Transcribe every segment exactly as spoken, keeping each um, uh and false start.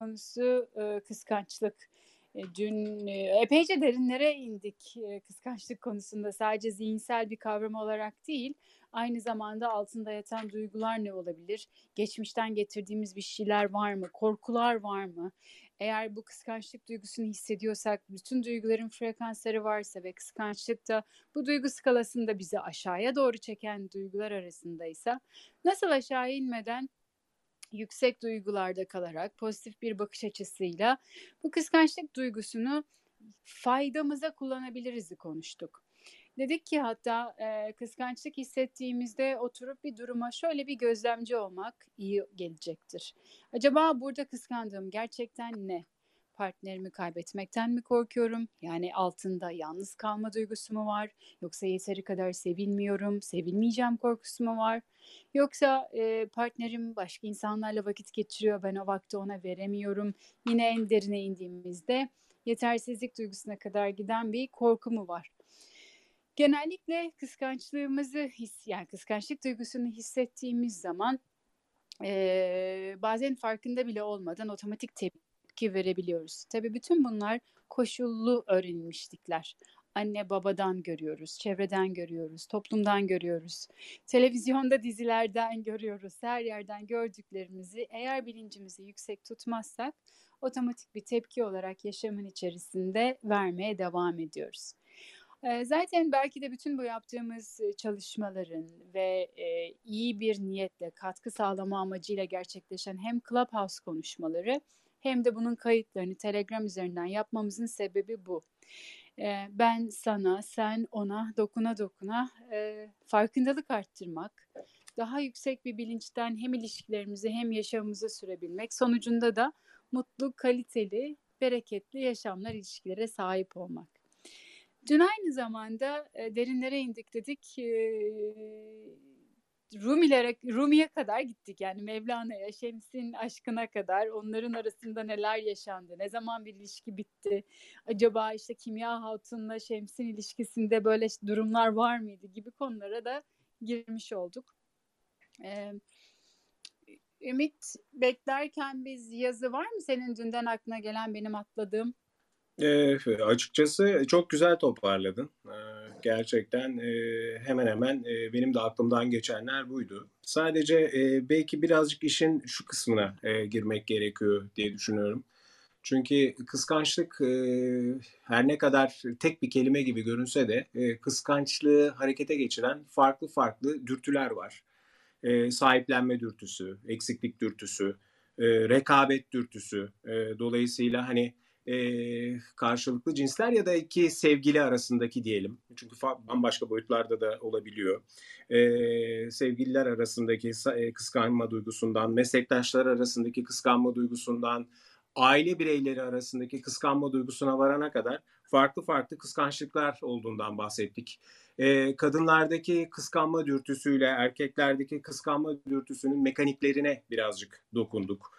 konusu, ııı, kıskançlık. Eee, dün, eee, epeyce derinlere indik, eee, kıskançlık konusunda. Sadece zihinsel bir kavram olarak değil, aynı zamanda altında yatan duygular ne olabilir? Geçmişten getirdiğimiz bir şeyler var mı? Korkular var mı? Eğer bu kıskançlık duygusunu hissediyorsak, bütün duyguların frekansları varsa ve kıskançlık da bu duygu skalasında bizi aşağıya doğru çeken duygular arasındaysa, nasıl aşağı inmeden yüksek duygularda kalarak, pozitif bir bakış açısıyla bu kıskançlık duygusunu faydamıza kullanabiliriz'i konuştuk. Dedik ki hatta, eee, kıskançlık hissettiğimizde oturup bir duruma şöyle bir gözlemci olmak iyi gelecektir. Acaba burada kıskandığım gerçekten ne? Partnerimi kaybetmekten mi korkuyorum? Yani altında yalnız kalma duygusu mu var? Yoksa yeteri kadar sevilmiyorum, sevilmeyeceğim korkusu mu var? Yoksa, eee, partnerim başka insanlarla vakit geçiriyor, ben o vakti ona veremiyorum. Yine en derine indiğimizde yetersizlik duygusuna kadar giden bir korku mu var? Genellikle kıskançlığımızı his yani kıskançlık duygusunu hissettiğimiz zaman, eee, bazen farkında bile olmadan otomatik tepki verebiliyoruz. Tabii bütün bunlar koşullu öğrenilmişlikler. Anne babadan görüyoruz, çevreden görüyoruz, toplumdan görüyoruz, televizyonda, dizilerden görüyoruz. Her yerden gördüklerimizi eğer bilincimizi yüksek tutmazsak otomatik bir tepki olarak yaşamın içerisinde vermeye devam ediyoruz. Eee, zaten belki de bütün bu yaptığımız, ııı, çalışmaların ve, eee, iyi bir niyetle, katkı sağlama amacıyla gerçekleşen hem Clubhouse konuşmaları hem de bunun kayıtlarını Telegram üzerinden yapmamızın sebebi bu. Eee, ben sana, sen ona dokuna dokuna, eee, farkındalık arttırmak, daha yüksek bir bilinçten hem ilişkilerimizi hem yaşamımızı sürebilmek, sonucunda da mutlu, kaliteli, bereketli yaşamlar, ilişkilere sahip olmak. Dün aynı zamanda, eee, derinlere indik dedik. Eee, Rumilere Rumi'ye kadar gittik. Yani Mevlana'ya, Şems'in aşkına kadar onların arasında neler yaşandı, ne zaman bir ilişki bitti, acaba, işte, Kimya Hatun'la Şems'in ilişkisinde böyle ş durumlar var mıydı gibi konulara da girmiş olduk. Emm, Ü Ümit, beklerken biz yazı var mı senin dünden aklına gelen, benim atladığım? Eee, f açıkçası çok güzel toparladın. Eee, gerçekten, eee, hemen hemen, eee, benim de aklımdan geçenler buydu. Sadece, eee, belki birazcık işin şu kısmına, eee, girmek gerekiyor diye düşünüyorum. Çünkü kıskançlık, eee, her ne kadar tek bir kelime gibi görünse de, eee, kıskançlığı harekete geçiren farklı farklı dürtüler var. Eee, sahiplenme dürtüsü, eksiklik dürtüsü, eee, rekabet dürtüsü. Eee, dolayısıyla, hani, eee, karşılıklı cinsler ya da iki sevgili arasındaki diyelim. Çünkü fa bambaşka boyutlarda da olabiliyor. Eee, sevgililer arasındaki sa eee, kıskanma duygusundan, meslektaşlar arasındaki kıskanma duygusundan, aile bireyleri arasındaki kıskanma duygusuna varana kadar farklı farklı kıskançlıklar olduğundan bahsettik. Eee, kadınlardaki kıskanma dürtüsüyle erkeklerdeki kıskanma dürtüsünün mekaniklerine birazcık dokunduk.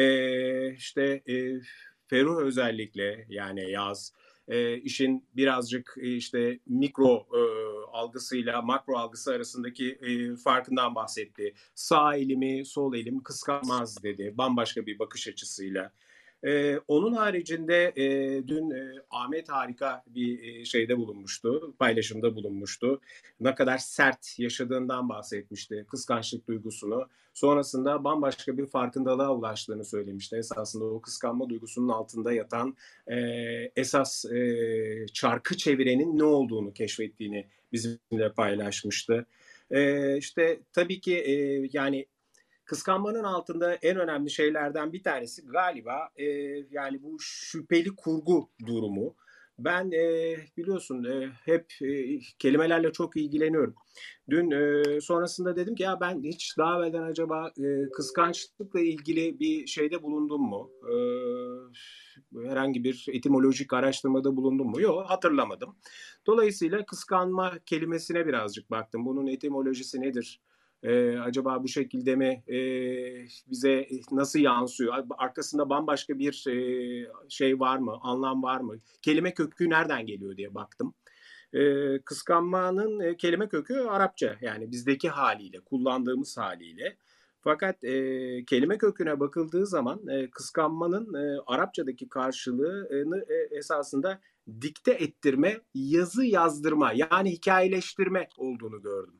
Eee, işte, eee, Ferruh özellikle, yani Yaz, eee, işin birazcık, eee, işte, mikro, ııı, algısıyla makro algısı arasındaki, eee, farkından bahsetti. "Sağ elimi, sol elim kıskanmaz." dedi bambaşka bir bakış açısıyla. Eee, onun haricinde, eee, dün, eee, Ahmet harika bir, eee, şeyde bulunmuştu, paylaşımda bulunmuştu. Ne kadar sert yaşadığından bahsetmişti kıskançlık duygusunu. Sonrasında bambaşka bir farkındalığa ulaştığını söylemişti. Esasında o kıskanma duygusunun altında yatan, eee, esas, eee, çarkı çevirenin ne olduğunu keşfettiğini bizimle paylaşmıştı. Eee, işte, tabii ki, eee, yani, kıskanmanın altında en önemli şeylerden bir tanesi galiba, eee, yani, bu şüpheli kurgu durumu. Ben, eee, biliyorsun, eee, hep, eee, kelimelerle çok ilgileniyorum. Dün, eee, sonrasında dedim ki, "Ya, ben hiç daha evvelden acaba, eee, kıskançlıkla ilgili bir şeyde bulundum mu? Eee, herhangi bir etimolojik araştırmada bulundum mu?" Yo, hatırlamadım. Dolayısıyla kıskanma kelimesine birazcık baktım. Bunun etimolojisi nedir? Eee, acaba bu şekilde mi, eee, bize nasıl yansıyor? A arkasında bambaşka bir, eee, şey var mı, anlam var mı? Kelime kökü nereden geliyor diye baktım. Eee, kıskanmanın, eee, kelime kökü Arapça, yani bizdeki hâliyle, kullandığımız hâliyle. Fakat e, kelime köküne bakıldığı zaman e, kıskanmanın e, Arapçadaki karşılığını e, esasında dikte ettirme, yazı yazdırma yani hikayeleştirme olduğunu gördüm.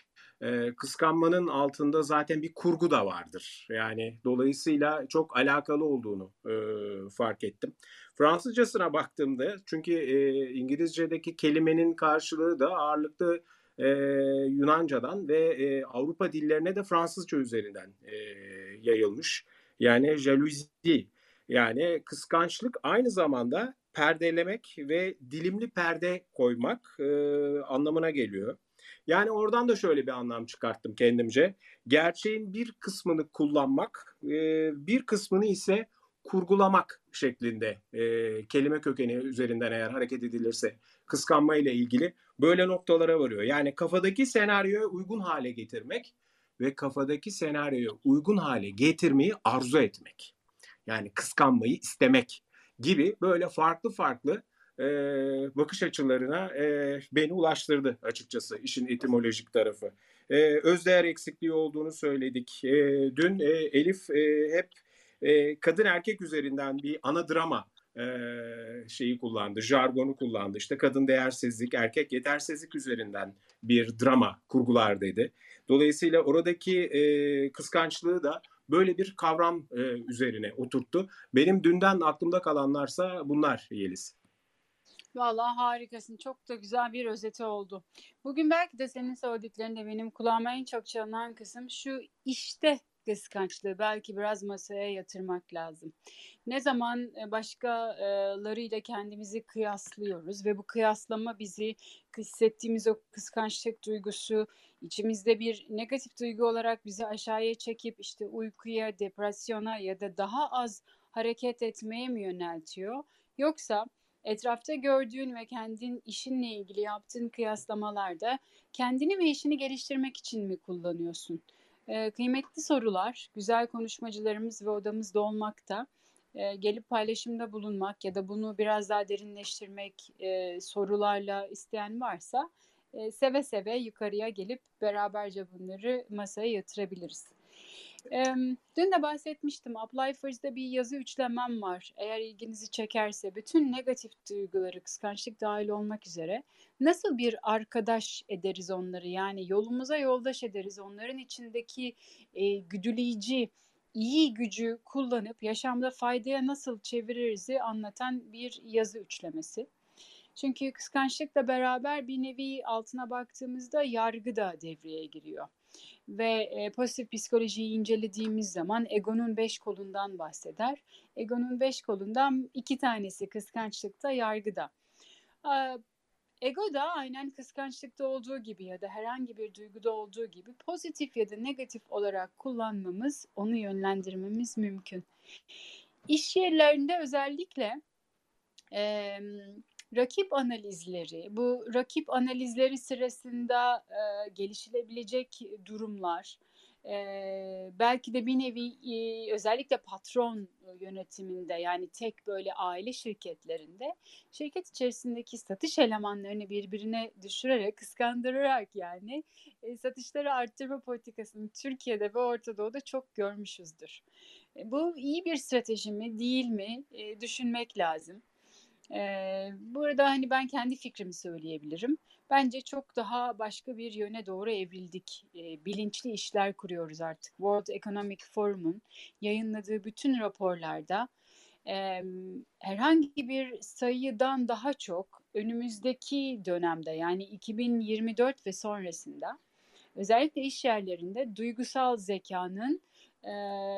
E, kıskanmanın altında zaten bir kurgu da vardır. Yani dolayısıyla çok alakalı olduğunu e, fark ettim. Fransızcasına baktığımda çünkü e, İngilizce'deki kelimenin karşılığı da ağırlıklı e, Yunanca'dan ve e, Avrupa dillerine de Fransızca üzerinden e, yayılmış. Yani jalousie yani kıskançlık aynı zamanda perdelemek ve dilimli perde koymak e, anlamına geliyor. Yani oradan da şöyle bir anlam çıkarttım kendimce. Gerçeğin bir kısmını kullanmak, e, bir kısmını ise kurgulamak şeklinde e, kelime kökeni üzerinden eğer hareket edilirse kıskanma ile ilgili böyle noktalara varıyor. Yani kafadaki senaryoya uygun hale getirmek ve kafadaki senaryoya uygun hale getirmeyi arzu etmek. Yani kıskanmayı istemek gibi böyle farklı farklı e, bakış açılarına e, beni ulaştırdı açıkçası işin etimolojik tarafı. E, özdeğer eksikliği olduğunu söyledik. E, dün e, Elif e, hep e, kadın erkek üzerinden bir ana drama e, şeyi kullandı, jargonu kullandı. İşte kadın değersizlik, erkek yetersizlik üzerinden bir drama kurgular dedi. Dolayısıyla oradaki e, kıskançlığı da böyle bir kavram e, üzerine oturttu. Benim dünden aklımda kalanlarsa bunlar Yeliz. Vallahi harikasın. Çok da güzel bir özeti oldu. Bugün belki de senin söylediklerinde benim kulağıma en çok çalınan kısım şu işte kıskançlığı belki biraz masaya yatırmak lazım. Ne zaman e, başkalarıyla kendimizi kıyaslıyoruz ve bu kıyaslama bizi hissettiğimiz o kıskançlık duygusu içimizde bir negatif duygu olarak bizi aşağıya çekip işte uykuya, depresyona ya da daha az hareket etmeye mi yöneltiyor? Yoksa etrafta gördüğün ve kendin işinle ilgili yaptığın kıyaslamalarda kendini ve işini geliştirmek için mi kullanıyorsun? Ee, kıymetli sorular, güzel konuşmacılarımız ve odamızda olmakta. Ee, gelip paylaşımda bulunmak ya da bunu biraz daha derinleştirmek e, sorularla isteyen varsa e, seve seve yukarıya gelip beraberce bunları masaya yatırabiliriz. Em, dün de bahsetmiştim. Uplifers'da bir yazı üçlemem var. Eğer ilginizi çekerse bütün negatif duyguları, kıskançlık dahil olmak üzere nasıl bir arkadaş ederiz onları? Yani yolumuza yoldaş ederiz. Onların içindeki e, güdüleyici, iyi gücü kullanıp yaşamda faydaya nasıl çeviririz'i anlatan bir yazı üçlemesi. Çünkü kıskançlıkla beraber bir nevi altına baktığımızda yargı da devreye giriyor. Ve e, pozitif psikolojiyi incelediğimiz zaman egonun beş kolundan bahseder. Egonun beş kolundan iki tanesi kıskançlıkta, yargıda. E, ego da aynen kıskançlıkta olduğu gibi ya da herhangi bir duyguda olduğu gibi pozitif ya da negatif olarak kullanmamız, onu yönlendirmemiz mümkün. İş yerlerinde özellikle e, rakip analizleri, bu rakip analizleri sırasında e, gelişilebilecek durumlar, e, belki de bir nevi e, özellikle patron yönetiminde yani tek böyle aile şirketlerinde şirket içerisindeki satış elemanlarını birbirine düşürerek, kıskandırarak yani e, satışları arttırma politikasını Türkiye'de ve Orta Doğu'da çok görmüşüzdür. E, bu iyi bir strateji mi, değil mi e, düşünmek lazım. Ee, burada hani ben kendi fikrimi söyleyebilirim. Bence çok daha başka bir yöne doğru evrildik. Ee, bilinçli işler kuruyoruz artık. World Economic Forum'un yayınladığı bütün raporlarda e, herhangi bir sayıdan daha çok önümüzdeki dönemde yani iki bin yirmi dört ve sonrasında özellikle iş yerlerinde duygusal zekanın e,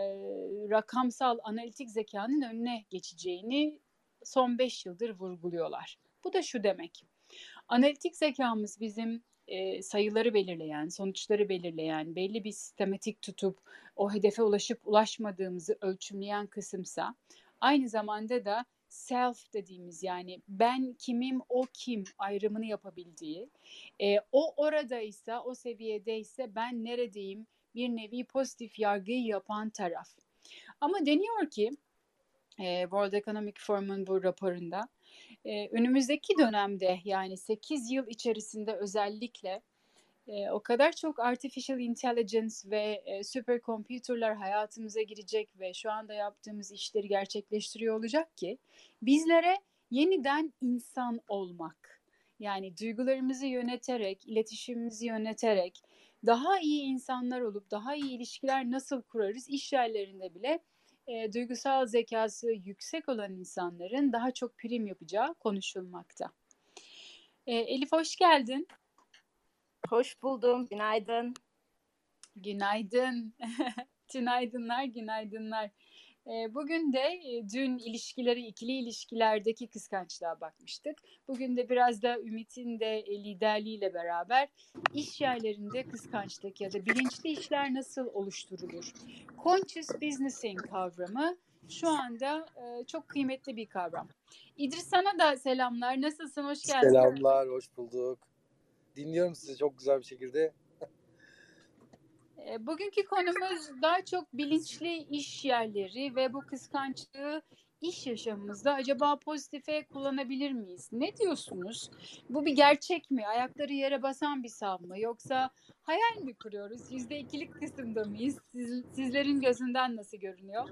rakamsal analitik zekanın önüne geçeceğini son beş yıldır vurguluyorlar. Bu da şu demek. Analitik zekamız bizim e, sayıları belirleyen, sonuçları belirleyen, belli bir sistematik tutup o hedefe ulaşıp ulaşmadığımızı ölçümleyen kısımsa, aynı zamanda da self dediğimiz yani ben kimim o kim ayrımını yapabildiği, e, o oradaysa o seviyedeyse ben neredeyim bir nevi pozitif yargıyı yapan taraf. Ama deniyor ki e, World Economic Forum'un bu raporunda e, önümüzdeki dönemde yani sekiz yıl içerisinde özellikle E, o kadar çok artificial intelligence ve e, süperkompüterler hayatımıza girecek ve şu anda yaptığımız işleri gerçekleştiriyor olacak ki bizlere yeniden insan olmak, yani duygularımızı yöneterek, iletişimimizi yöneterek daha iyi insanlar olup daha iyi ilişkiler nasıl kurarız, iş yerlerinde bile e, duygusal zekası yüksek olan insanların daha çok prim yapacağı konuşulmakta. E, Elif hoş geldin. Hoş buldum. Günaydın. Günaydın. Günaydınlar, günaydınlar. E, bugün de e, dün ilişkileri, ikili ilişkilerdeki kıskançlığa bakmıştık. Bugün de biraz da Ümit'in de e, liderliğiyle beraber iş yerlerinde kıskançlık ya da bilinçli işler nasıl oluşturulur? Conscious Businessing kavramı şu anda e, çok kıymetli bir kavram. İdris sana da selamlar. Nasılsın? Hoş geldin. Selamlar, hoş bulduk. Dinliyorum sizi çok güzel bir şekilde. E, bugünkü konumuz daha çok bilinçli iş yerleri ve bu kıskançlığı iş yaşamımızda acaba pozitife kullanabilir miyiz? Ne diyorsunuz? Bu bir gerçek mi? Ayakları yere basan bir sav mı? Yoksa hayal mi kuruyoruz? Yüzde ikilik kısımda mıyız? Siz, sizlerin gözünden nasıl görünüyor?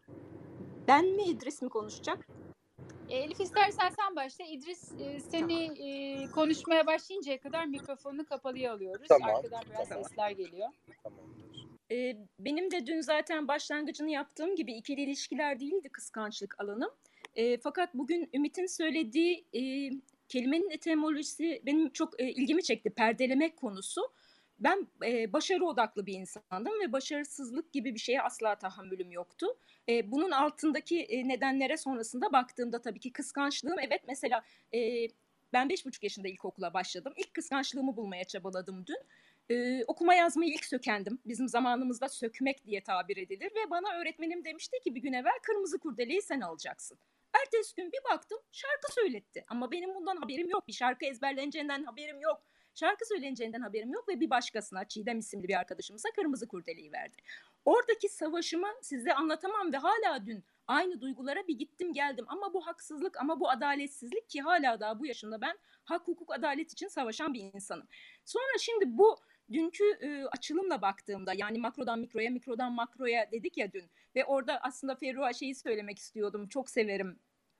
Ben mi İdris mi konuşacak? E, Elif istersen sen başla. İdris e, seni e, konuşmaya başlayıncaya kadar mikrofonu kapalıya alıyoruz. Tamam. Arkadan biraz Tamam. sesler geliyor. Tamamdır. Ee, benim de dün zaten başlangıcını yaptığım gibi ikili ilişkiler değildi kıskançlık alanım. Ee, fakat bugün Ümit'in söylediği e, kelimenin etimolojisi benim çok e, ilgimi çekti. Perdelemek konusu. Ben e, başarı odaklı bir insandım ve başarısızlık gibi bir şeye asla tahammülüm yoktu. E, bunun altındaki e, nedenlere sonrasında baktığımda tabii ki kıskançlığım, evet mesela e, ben beş buçuk yaşında ilkokula başladım. İlk kıskançlığımı bulmaya çabaladım dün. Ee, okuma yazmayı ilk sökendim. Bizim zamanımızda sökmek diye tabir edilir ve bana öğretmenim demişti ki bir gün evvel kırmızı kurdeleyi sen alacaksın. Ertesi gün bir baktım şarkı söyletti ama benim bundan haberim yok. Bir şarkı ezberleneceğinden haberim yok. Şarkı söyleneceğinden haberim yok ve bir başkasına, Çiğdem isimli bir arkadaşımıza kırmızı kurdeleyi verdi. Oradaki savaşımı size anlatamam ve hala dün aynı duygulara bir gittim geldim ama bu haksızlık, ama bu adaletsizlik ki hala daha bu yaşımda ben hak, hukuk, adalet için savaşan bir insanım. Sonra şimdi bu dünkü e, açılımla baktığımda, yani makrodan mikroya, mikrodan makroya dedik ya dün ve orada aslında Ferruh'a şeyi söylemek istiyordum, çok severim.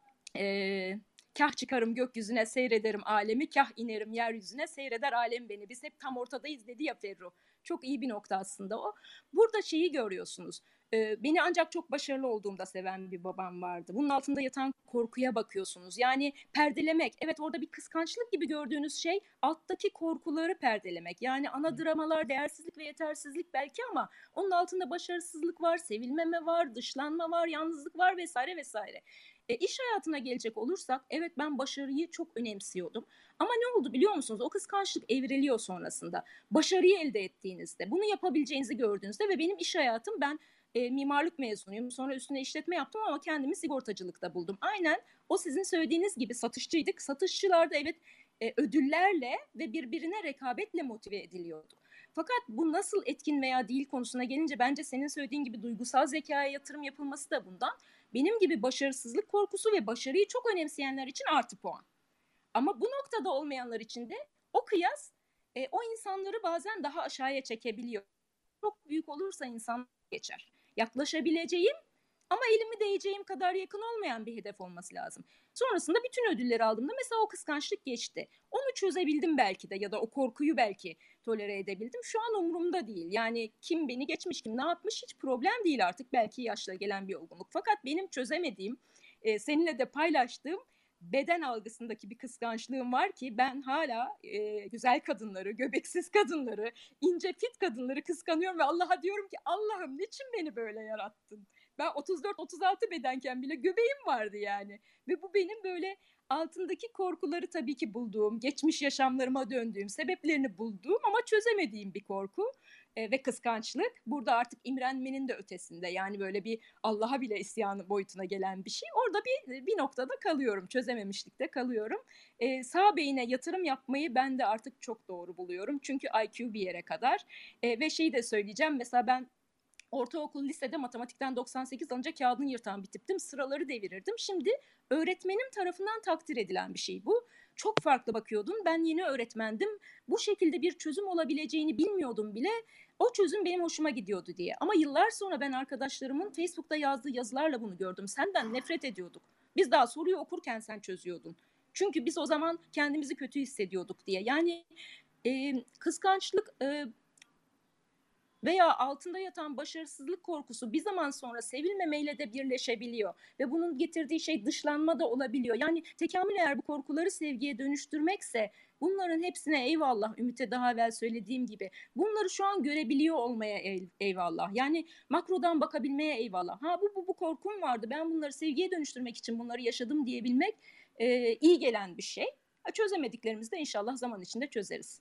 Eee Kah çıkarım gökyüzüne seyrederim alemi, kah inerim yeryüzüne seyreder alem beni. Biz hep tam ortadayız dedi ya Ferruh. Çok iyi bir nokta aslında o. Burada şeyi görüyorsunuz. Ee, beni ancak çok başarılı olduğumda seven bir babam vardı. Bunun altında yatan korkuya bakıyorsunuz. Yani perdelemek. Evet, orada bir kıskançlık gibi gördüğünüz şey alttaki korkuları perdelemek. Yani ana dramalar değersizlik ve yetersizlik belki ama onun altında başarısızlık var, sevilmeme var, dışlanma var, yalnızlık var vesaire vesaire. E, iş hayatına gelecek olursak, evet ben başarıyı çok önemsiyordum. Ama ne oldu biliyor musunuz? O kıskançlık evriliyor sonrasında. Başarıyı elde ettiğinizde, bunu yapabileceğinizi gördüğünüzde ve benim iş hayatım, ben e, mimarlık mezunuyum. Sonra üstüne işletme yaptım ama kendimi sigortacılıkta buldum. Aynen o sizin söylediğiniz gibi satışçıydık. Satışçılarda evet e, ödüllerle ve birbirine rekabetle motive ediliyordu. Fakat bu nasıl etkin veya değil konusuna gelince bence senin söylediğin gibi duygusal zekaya yatırım yapılması da bundan. Benim gibi başarısızlık korkusu ve başarıyı çok önemseyenler için artı puan. Ama bu noktada olmayanlar için de o kıyas e, o insanları bazen daha aşağıya çekebiliyor. Çok büyük olursa insan geçer. Yaklaşabileceğim ama elimi değeceğim kadar yakın olmayan bir hedef olması lazım. Sonrasında bütün ödülleri aldığımda mesela o kıskançlık geçti. Onu çözebildim belki de ya da o korkuyu belki tolere edebildim. Şu an umurumda değil. Yani kim beni geçmiş, kim ne yapmış hiç problem değil artık. Belki yaşla gelen bir olgunluk. Fakat benim çözemediğim, e, seninle de paylaştığım beden algısındaki bir kıskançlığım var ki ben hala e, güzel kadınları, göbeksiz kadınları, ince fit kadınları kıskanıyorum ve Allah'a diyorum ki Allah'ım niçin beni böyle yarattın? Ben otuz dört otuz altı bedenken bile göbeğim vardı yani. Ve bu benim böyle altındaki korkuları tabii ki bulduğum, geçmiş yaşamlarıma döndüğüm, sebeplerini bulduğum ama çözemediğim bir korku e, ve kıskançlık. Burada artık imrenmenin de ötesinde, yani böyle bir Allah'a bile isyanı boyutuna gelen bir şey. Orada bir bir noktada kalıyorum, çözememişlikte kalıyorum. E, sağ beyine yatırım yapmayı ben de artık çok doğru buluyorum. Çünkü I Q bir yere kadar e, ve şeyi de söyleyeceğim, mesela ben ortaokul, lisede matematikten doksan sekiz alınca kağıdını yırtan bir tiptim. Sıraları devirirdim. Şimdi öğretmenim tarafından takdir edilen bir şey bu. çok farklı bakıyordum. Ben yeni öğretmendim. Bu şekilde bir çözüm olabileceğini bilmiyordum bile. O çözüm benim hoşuma gidiyordu diye. Ama yıllar sonra ben arkadaşlarımın Facebook'ta yazdığı yazılarla bunu gördüm. Senden nefret ediyorduk. Biz daha soruyu okurken sen çözüyordun. Çünkü biz o zaman kendimizi kötü hissediyorduk diye. Yani e, kıskançlık e, veya altında yatan başarısızlık korkusu bir zaman sonra sevilmemeyle de birleşebiliyor. Ve bunun getirdiği şey dışlanma da olabiliyor. Yani tekamül eğer bu korkuları sevgiye dönüştürmekse bunların hepsine eyvallah, Ümit'e daha evvel söylediğim gibi. Bunları şu an görebiliyor olmaya eyvallah. Yani makrodan bakabilmeye eyvallah. Ha bu bu, bu korkum vardı, ben bunları sevgiye dönüştürmek için bunları yaşadım diyebilmek e, iyi gelen bir şey. Ha, çözemediklerimizi de inşallah zaman içinde çözeriz.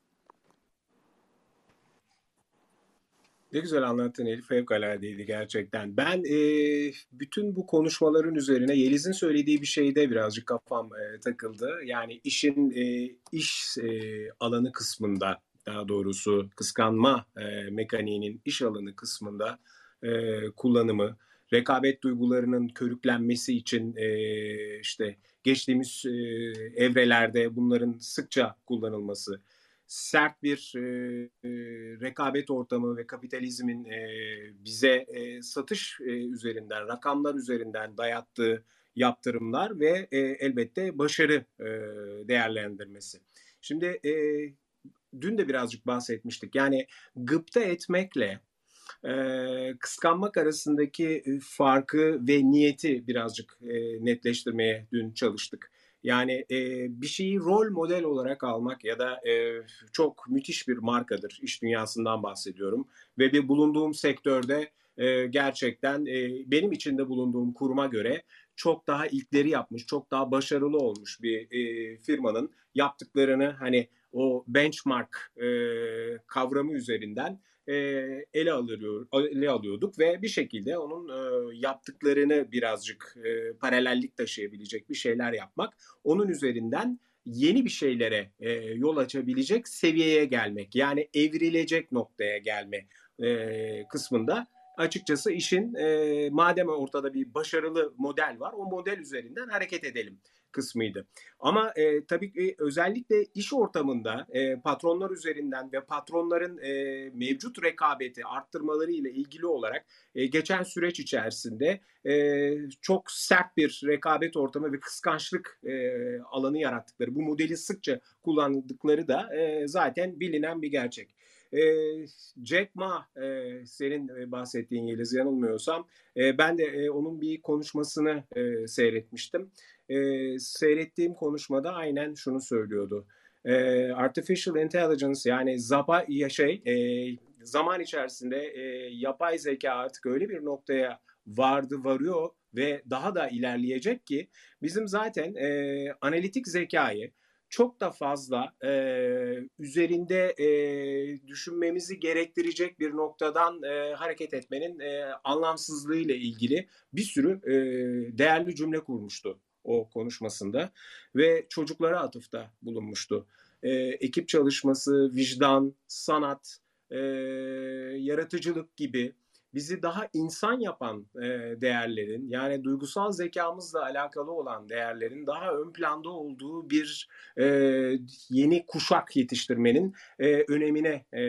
Ne güzel anlattın Elif, fevkaladeydi gerçekten. Ben e, bütün bu konuşmaların üzerine Yeliz'in söylediği bir şeyde birazcık kafam e, takıldı. Yani işin e, iş e, alanı kısmında, daha doğrusu kıskanma e, mekaniğinin iş alanı kısmında e, kullanımı, rekabet duygularının körüklenmesi için e, işte geçtiğimiz e, evrelerde bunların sıkça kullanılması, sert bir e, e, rekabet ortamı ve kapitalizmin e, bize e, satış e, üzerinden, rakamlar üzerinden dayattığı yaptırımlar ve e, elbette başarı e, değerlendirmesi. Şimdi e, dün de birazcık bahsetmiştik. Yani gıpta etmekle e, kıskanmak arasındaki farkı ve niyeti birazcık e, netleştirmeye dün çalıştık. Yani e, bir şeyi rol model olarak almak ya da e, çok müthiş bir markadır. İş dünyasından bahsediyorum. Ve bir bulunduğum sektörde e, gerçekten e, benim içinde bulunduğum kuruma göre çok daha ilkleri yapmış, çok daha başarılı olmuş bir e, firmanın yaptıklarını hani o benchmark e, kavramı üzerinden e, ele alıyor, ele alıyorduk ve bir şekilde onun e, yaptıklarını birazcık e, paralellik taşıyabilecek bir şeyler yapmak, onun üzerinden yeni bir şeylere e, yol açabilecek seviyeye gelmek, yani evrilecek noktaya gelme e, kısmında açıkçası işin e, madem ortada bir başarılı model var, o model üzerinden hareket edelim kısmıydı. Ama e, tabii ki özellikle iş ortamında e, patronlar üzerinden ve patronların e, mevcut rekabeti arttırmaları ile ilgili olarak e, geçen süreç içerisinde e, çok sert bir rekabet ortamı ve kıskançlık e, alanı yarattıkları, bu modeli sıkça kullandıkları da e, zaten bilinen bir gerçek. E, Jack Ma, e, senin bahsettiğin Yeliz, yanılmıyorsam, e, ben de e, onun bir konuşmasını e, seyretmiştim. E, seyrettiğim konuşmada aynen şunu söylüyordu. E, Artificial Intelligence, yani zapa ya şey e, zaman içerisinde e, yapay zeka artık öyle bir noktaya vardı, varıyor ve daha da ilerleyecek ki bizim zaten e, analitik zekayı çok da fazla e, üzerinde e, düşünmemizi gerektirecek bir noktadan e, hareket etmenin e, anlamsızlığı ile ilgili bir sürü e, değerli cümle kurmuştu o konuşmasında ve çocuklara atıfta bulunmuştu. E, ekip çalışması, vicdan, sanat, e, yaratıcılık gibi bizi daha insan yapan e, değerlerin, yani duygusal zekamızla alakalı olan değerlerin daha ön planda olduğu bir e, yeni kuşak yetiştirmenin e, önemine e,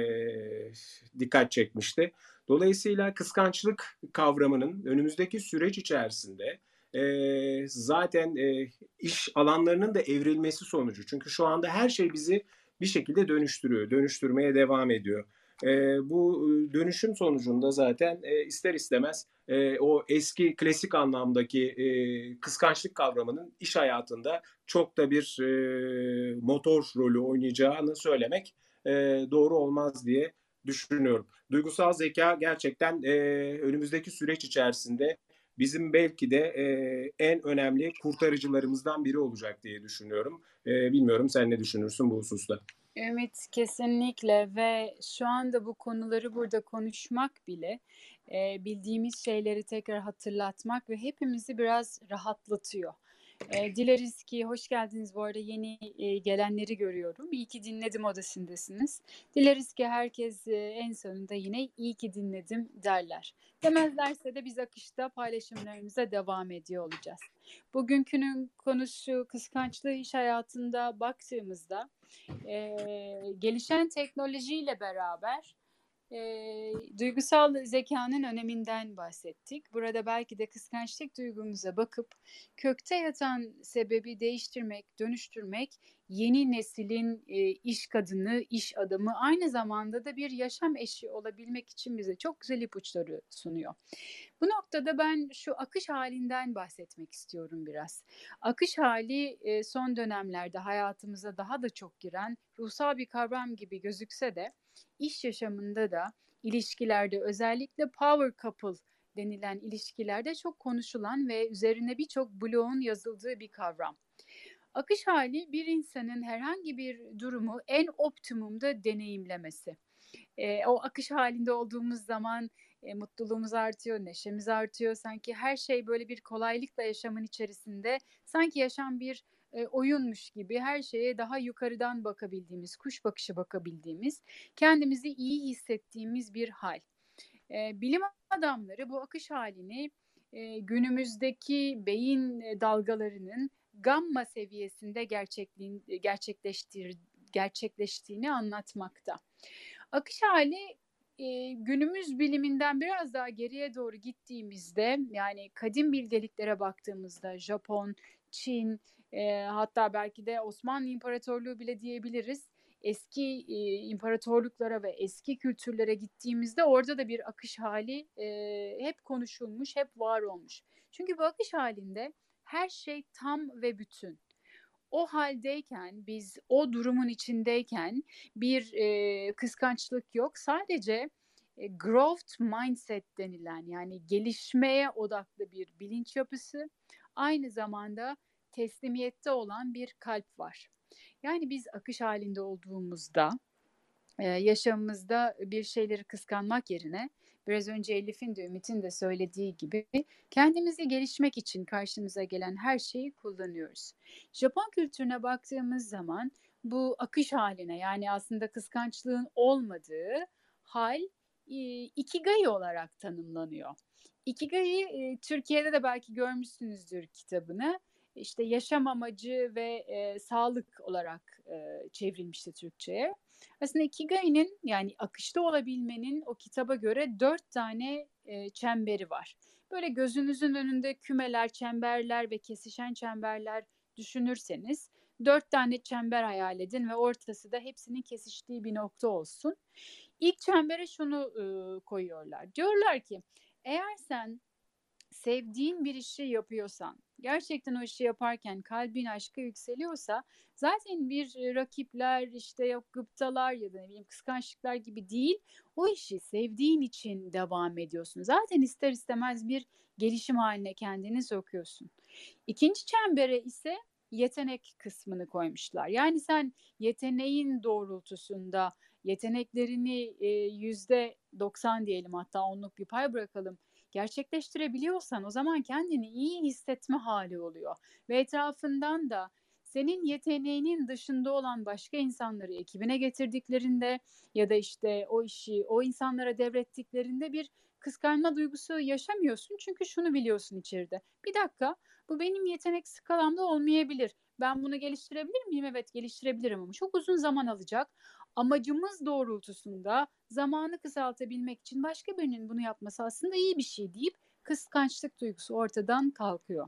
dikkat çekmişti. Dolayısıyla kıskançlık kavramının önümüzdeki süreç içerisinde e, zaten e, iş alanlarının da evrilmesi sonucu. Çünkü şu anda her şey bizi bir şekilde dönüştürüyor, dönüştürmeye devam ediyor. E, bu dönüşüm sonucunda zaten e, ister istemez e, o eski klasik anlamdaki e, kıskançlık kavramının iş hayatında çok da bir e, motor rolü oynayacağını söylemek e, doğru olmaz diye düşünüyorum. Duygusal zeka gerçekten e, önümüzdeki süreç içerisinde bizim belki de e, en önemli kurtarıcılarımızdan biri olacak diye düşünüyorum. E, bilmiyorum, sen ne düşünürsün bu hususta? Ümit, kesinlikle ve şu anda bu konuları burada konuşmak bile e, bildiğimiz şeyleri tekrar hatırlatmak ve hepimizi biraz rahatlatıyor. E, dileriz ki, hoş geldiniz bu arada, yeni e, gelenleri görüyorum. İyi ki dinledim odasındasınız. Dileriz ki herkes e, en sonunda yine iyi ki dinledim derler. Demezlerse de biz akışta paylaşımlarımıza devam ediyor olacağız. Bugünkünün konusu kıskançlığı iş hayatında baktığımızda e, gelişen teknolojiyle beraber e, duygusal zekanın öneminden bahsettik. Burada belki de kıskançlık duygumuza bakıp kökte yatan sebebi değiştirmek, dönüştürmek yeni neslin e, iş kadını, iş adamı, aynı zamanda da bir yaşam eşi olabilmek için bize çok güzel ipuçları sunuyor. Bu noktada ben şu akış halinden bahsetmek istiyorum biraz. Akış hali e, son dönemlerde hayatımıza daha da çok giren ruhsal bir kavram gibi gözükse de iş yaşamında da, ilişkilerde, özellikle power couple denilen ilişkilerde çok konuşulan ve üzerine birçok blogun yazıldığı bir kavram. Akış hali bir insanın herhangi bir durumu en optimumda deneyimlemesi. E, o akış halinde olduğumuz zaman e, mutluluğumuz artıyor, neşemiz artıyor. Sanki her şey böyle bir kolaylıkla yaşamın içerisinde, sanki yaşam bir e, oyunmuş gibi her şeye daha yukarıdan bakabildiğimiz, kuş bakışı bakabildiğimiz, kendimizi iyi hissettiğimiz bir hal. E, bilim adamları bu akış halini e, günümüzdeki beyin dalgalarının gamma seviyesinde gerçekliğin, gerçekleştir, gerçekleştiğini anlatmakta. Akış hali e, günümüz biliminden biraz daha geriye doğru gittiğimizde, yani kadim bilgeliklere baktığımızda Japon, Çin, e, hatta belki de Osmanlı İmparatorluğu bile diyebiliriz. Eski e, imparatorluklara ve eski kültürlere gittiğimizde orada da bir akış hali e, hep konuşulmuş, hep var olmuş. Çünkü bu akış halinde her şey tam ve bütün. O haldeyken, biz o durumun içindeyken bir e, kıskançlık yok. Sadece e, growth mindset denilen, yani gelişmeye odaklı bir bilinç yapısı, aynı zamanda teslimiyette olan bir kalp var. Yani biz akış halinde olduğumuzda e, yaşamımızda bir şeyleri kıskanmak yerine, biraz önce Elif'in de Ümit'in de söylediği gibi, kendimizi gelişmek için karşımıza gelen her şeyi kullanıyoruz. Japon kültürüne baktığımız zaman bu akış haline, yani aslında kıskançlığın olmadığı hal e, ikigai olarak tanımlanıyor. Ikigai, e, Türkiye'de de belki görmüşsünüzdür kitabını. İşte yaşam amacı ve e, sağlık olarak e, çevrilmişti Türkçe'ye. Aslında Ikigai'nin, yani akışta olabilmenin, o kitaba göre dört tane e, çemberi var. Böyle gözünüzün önünde kümeler, çemberler ve kesişen çemberler düşünürseniz dört tane çember hayal edin ve ortası da hepsinin kesiştiği bir nokta olsun. İlk çembere şunu e, koyuyorlar. Diyorlar ki, eğer sen sevdiğin bir işi yapıyorsan, gerçekten o işi yaparken kalbin aşka yükseliyorsa, zaten bir e, rakipler, işte yok gıptalar ya da ne bileyim kıskançlıklar gibi değil, o işi sevdiğin için devam ediyorsun. Zaten ister istemez bir gelişim haline kendini sokuyorsun. İkinci çembere ise yetenek kısmını koymuşlar. Yani sen yeteneğin doğrultusunda yeteneklerini e, yüzde doksan diyelim, hatta onluk bir pay bırakalım, gerçekleştirebiliyorsan, o zaman kendini iyi hissetme hali oluyor. Ve etrafından da senin yeteneğinin dışında olan başka insanları ekibine getirdiklerinde ya da işte o işi o insanlara devrettiklerinde bir kıskanma duygusu yaşamıyorsun. Çünkü şunu biliyorsun içeride: bir dakika, bu benim yetenek skalamda olmayabilir. Ben bunu geliştirebilir miyim? Evet, geliştirebilirim ama çok uzun zaman alacak. Amacımız doğrultusunda zamanı kısaltabilmek için başka birinin bunu yapması aslında iyi bir şey deyip kıskançlık duygusu ortadan kalkıyor.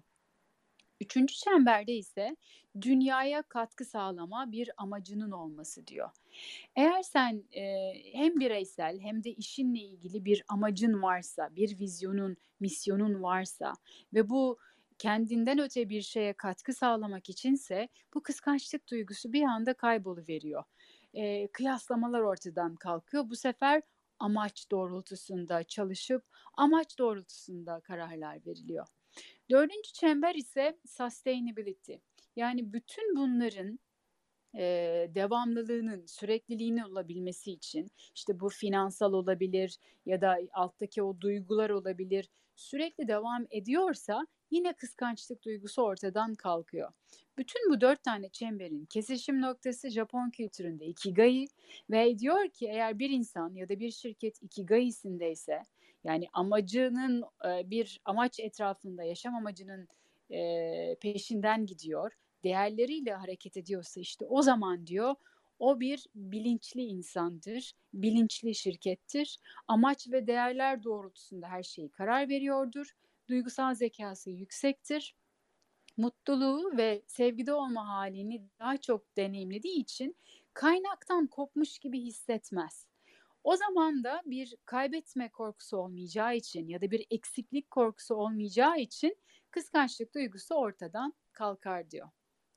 Üçüncü çemberde ise dünyaya katkı sağlama bir amacının olması diyor. Eğer sen e, hem bireysel hem de işinle ilgili bir amacın varsa, bir vizyonun, misyonun varsa ve bu kendinden öte bir şeye katkı sağlamak içinse, bu kıskançlık duygusu bir anda kayboluveriyor. E, kıyaslamalar ortadan kalkıyor. Bu sefer amaç doğrultusunda çalışıp amaç doğrultusunda kararlar veriliyor. Dördüncü çember ise sustainability. Yani bütün bunların e, devamlılığının, sürekliliğinin olabilmesi için, işte bu finansal olabilir ya da alttaki o duygular olabilir, sürekli devam ediyorsa yine kıskançlık duygusu ortadan kalkıyor. Bütün bu dört tane çemberin kesişim noktası Japon kültüründe Ikigai ve diyor ki eğer bir insan ya da bir şirket Ikigai'sindeyse, yani amacının e, bir amaç etrafında, yaşam amacının e, peşinden gidiyor, değerleriyle hareket ediyorsa, işte o zaman diyor o bir bilinçli insandır, bilinçli şirkettir, amaç ve değerler doğrultusunda her şeyi karar veriyordur, duygusal zekası yüksektir, mutluluğu ve sevgide olma halini daha çok deneyimlediği için kaynaktan kopmuş gibi hissetmez. O zaman da bir kaybetme korkusu olmayacağı için ya da bir eksiklik korkusu olmayacağı için kıskançlık duygusu ortadan kalkar diyor.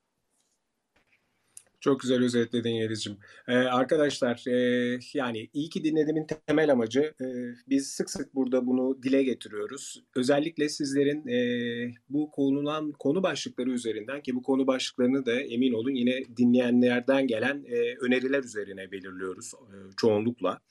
Çok güzel özetledin Yeliz'ciğim. Ee, arkadaşlar e, yani iyi ki dinlediğimin temel amacı e, biz sık sık burada bunu dile getiriyoruz. Özellikle sizlerin e, bu konulan konu başlıkları üzerinden, ki bu konu başlıklarını da emin olun yine dinleyenlerden gelen e, öneriler üzerine belirliyoruz e, çoğunlukla.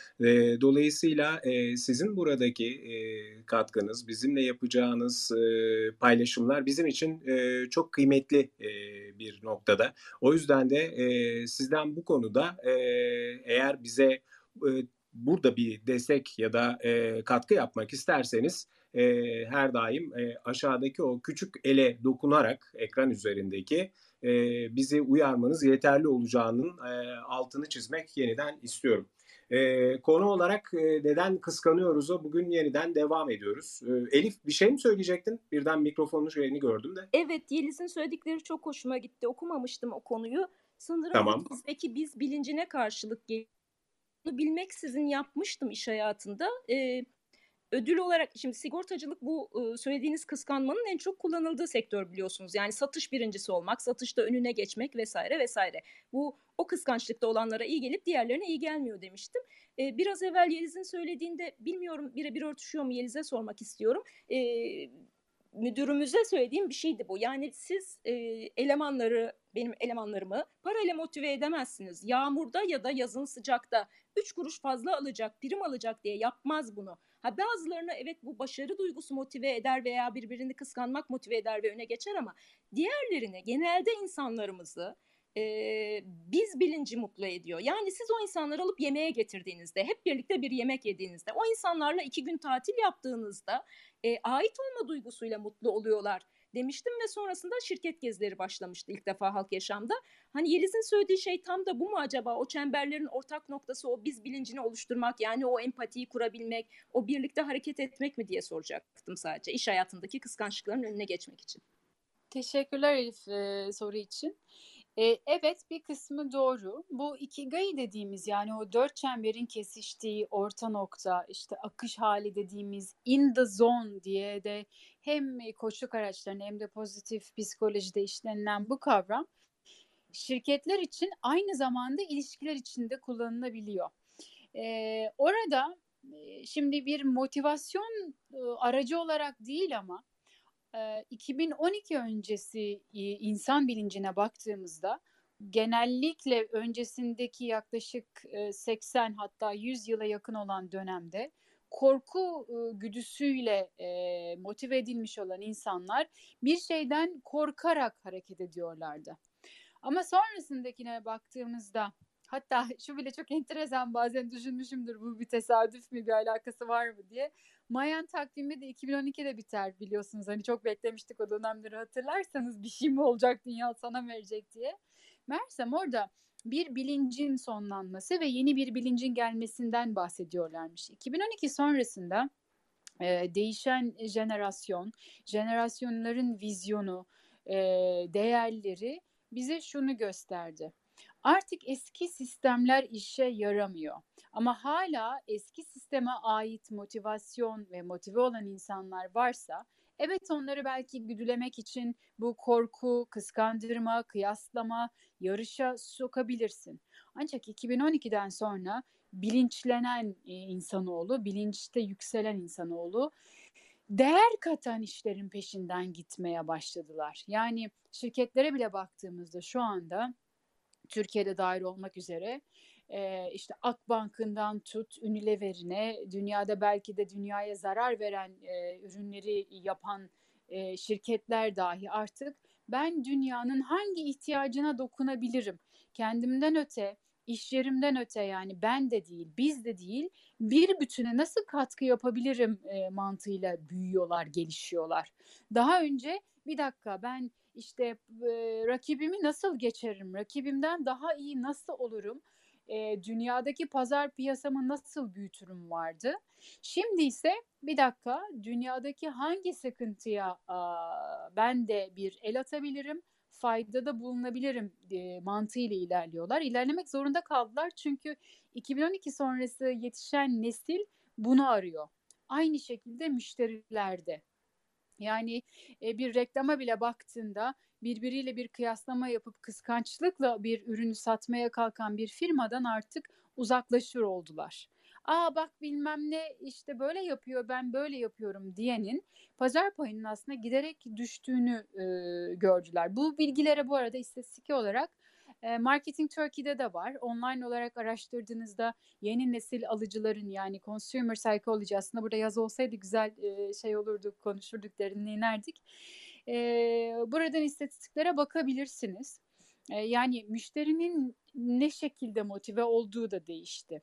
E, dolayısıyla e, sizin buradaki e, katkınız, bizimle yapacağınız e, paylaşımlar bizim için e, çok kıymetli e, bir noktada. O yüzden de e, sizden bu konuda e, eğer bize e, burada bir destek ya da e, katkı yapmak isterseniz e, her daim e, aşağıdaki o küçük ele dokunarak ekran üzerindeki e, bizi uyarmanız yeterli olacağının e, altını çizmek yeniden istiyorum. E, konu olarak e, neden kıskanıyoruz'a bugün yeniden devam ediyoruz. E, Elif bir şey mi söyleyecektin? Birden mikrofonun şeyini gördüm de. Evet, Yeliz'in söyledikleri çok hoşuma gitti. Okumamıştım o konuyu. Sanırım Tamam. bizdeki biz bilincine karşılık geliyor. Bunu bilmeksizin yapmıştım iş hayatında. Ee, ödül olarak şimdi sigortacılık bu e, söylediğiniz kıskanmanın en çok kullanıldığı sektör biliyorsunuz. Yani satış birincisi olmak, satışta önüne geçmek vesaire vesaire. Bu o kıskançlıkta olanlara iyi gelip diğerlerine iyi gelmiyor demiştim. Ee, biraz evvel Yeliz'in söylediğinde bilmiyorum birebir örtüşüyor mu, Yeliz'e sormak istiyorum. Ee, müdürümüze söylediğim bir şeydi bu. Yani siz e, elemanları, benim elemanlarımı parayla motive edemezsiniz. Yağmurda ya da yazın sıcakta üç kuruş fazla alacak, prim alacak diye yapmaz bunu. Ha, bazılarına evet bu başarı duygusu motive eder veya birbirini kıskanmak motive eder ve öne geçer ama diğerlerine, genelde insanlarımızı e, biz bilinci mutlu ediyor. Yani siz o insanları alıp yemeğe getirdiğinizde, hep birlikte bir yemek yediğinizde, o insanlarla iki gün tatil yaptığınızda e, ait olma duygusuyla mutlu oluyorlar demiştim ve sonrasında şirket gezileri başlamıştı ilk defa halk yaşamda. Hani Yeliz'in söylediği şey tam da bu mu acaba? O çemberlerin ortak noktası o biz bilincini oluşturmak, yani o empatiyi kurabilmek, o birlikte hareket etmek mi diye soracaktım sadece iş hayatındaki kıskançlıkların önüne geçmek için. Teşekkürler Elif e, soru için. E, evet, bir kısmı doğru. Bu ikigai dediğimiz, yani o dört çemberin kesiştiği orta nokta, işte akış hali dediğimiz in the zone diye de hem koçluk araçlarında hem de pozitif psikolojide işlenilen bu kavram şirketler için aynı zamanda ilişkiler için de kullanılabiliyor. E, orada e, şimdi bir motivasyon e, aracı olarak değil ama iki bin on iki öncesi insan bilincine baktığımızda genellikle öncesindeki yaklaşık seksen hatta yüz yıla yakın olan dönemde korku güdüsüyle motive edilmiş olan insanlar bir şeyden korkarak hareket ediyorlardı. Ama sonrasındakine baktığımızda, hatta şu bile çok enteresan, bazen düşünmüşümdür bu bir tesadüf mü, bir alakası var mı diye. Mayan takvimi de iki bin on ikide biter biliyorsunuz. Hani çok beklemiştik o dönemleri, hatırlarsanız bir şey mi olacak, dünya sana verecek diye. Meğersem orada bir bilincin sonlanması ve yeni bir bilincin gelmesinden bahsediyorlarmış. iki bin on iki sonrasında e, değişen jenerasyon, jenerasyonların vizyonu, e, değerleri bize şunu gösterdi. Artık eski sistemler işe yaramıyor. Ama hala eski sisteme ait motivasyon ve motive olan insanlar varsa, evet, onları belki güdülemek için bu korku, kıskandırma, kıyaslama, yarışa sokabilirsin. Ancak iki bin on ikiden sonra bilinçlenen insanoğlu, bilinçte yükselen insanoğlu değer katan işlerin peşinden gitmeye başladılar. Yani şirketlere bile baktığımızda şu anda Türkiye'de dahil olmak üzere e, işte Akbank'ından tut Unilever'ine, dünyada belki de dünyaya zarar veren e, ürünleri yapan e, şirketler dahi artık ben dünyanın hangi ihtiyacına dokunabilirim? Kendimden öte, iş yerimden öte, yani ben de değil, biz de değil, bir bütüne nasıl katkı yapabilirim e, mantığıyla büyüyorlar, gelişiyorlar. Daha önce bir dakika ben işte e, rakibimi nasıl geçeririm, rakibimden daha iyi nasıl olurum, e, dünyadaki pazar piyasamı nasıl büyütürüm vardı. Şimdi ise bir dakika dünyadaki hangi sıkıntıya aa, ben de bir el atabilirim, faydada bulunabilirim e, mantığıyla ilerliyorlar. İlerlemek zorunda kaldılar çünkü iki bin on iki sonrası yetişen nesil bunu arıyor. Aynı şekilde müşterilerde. Yani e, bir reklama bile baktığında birbiriyle bir kıyaslama yapıp kıskançlıkla bir ürünü satmaya kalkan bir firmadan artık uzaklaşır oldular. Aa bak bilmem ne işte böyle yapıyor, ben böyle yapıyorum diyenin pazar payının aslında giderek düştüğünü e, gördüler. Bu bilgilere bu arada istatistik olarak e, Marketing Turkey'de de var. Online olarak araştırdığınızda yeni nesil alıcıların, yani consumer psychology, aslında burada yaz olsaydı güzel e, şey olurdu, konuşurduk, derinliğe inerdik. E, buradan istatistiklere bakabilirsiniz. E, yani müşterinin ne şekilde motive olduğu da değişti.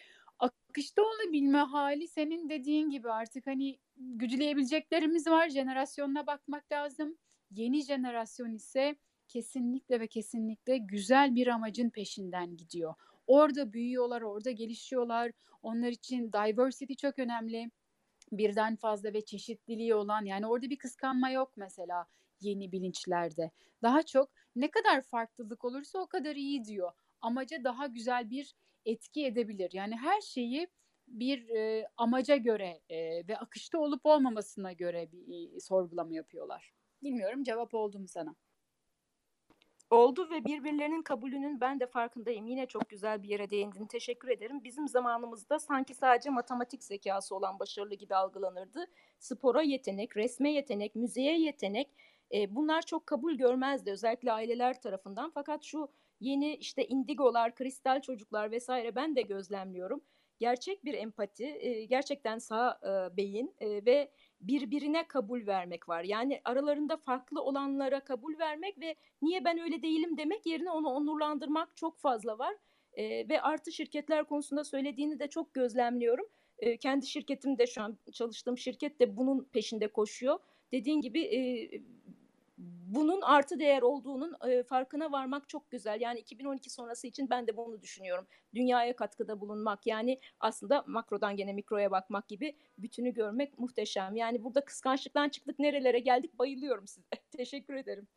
Akışta olabilme hali senin dediğin gibi artık hani güdüleyebileceklerimiz var. Jenerasyonuna bakmak lazım. Yeni jenerasyon ise kesinlikle ve kesinlikle güzel bir amacın peşinden gidiyor. Orada büyüyorlar, orada gelişiyorlar. Onlar için diversity çok önemli. Birden fazla ve çeşitliliği olan, yani orada bir kıskanma yok mesela yeni bilinçlerde. Daha çok ne kadar farklılık olursa o kadar iyi diyor. Amaca daha güzel bir etki edebilir. Yani her şeyi bir e, amaca göre e, ve akışta olup olmamasına göre bir e, sorgulama yapıyorlar. Bilmiyorum cevap oldu mu sana? Oldu ve birbirlerinin kabulünün ben de farkındayım. Yine çok güzel bir yere değindin. Teşekkür ederim. Bizim zamanımızda sanki sadece matematik zekası olan başarılı gibi algılanırdı. Spora yetenek, resme yetenek, müziğe yetenek, e, bunlar çok kabul görmezdi özellikle aileler tarafından. Fakat şu yeni işte indigolar, kristal çocuklar vesaire ben de gözlemliyorum. Gerçek bir empati, e, gerçekten sağ e, beyin e, ve birbirine kabul vermek var. Yani aralarında farklı olanlara kabul vermek ve niye ben öyle değilim demek yerine onu onurlandırmak çok fazla var. E, ve artı şirketler konusunda söylediğini de çok gözlemliyorum. E, kendi şirketim de, şu an çalıştığım şirket de bunun peşinde koşuyor. Dediğin gibi e, bunun artı değer olduğunun e, farkına varmak çok güzel. Yani iki bin on iki sonrası için ben de bunu düşünüyorum. Dünyaya katkıda bulunmak, yani aslında makrodan gene mikroya bakmak gibi bütünü görmek muhteşem. Yani burada kıskançlıktan çıktık, nerelere geldik, bayılıyorum size. Teşekkür ederim.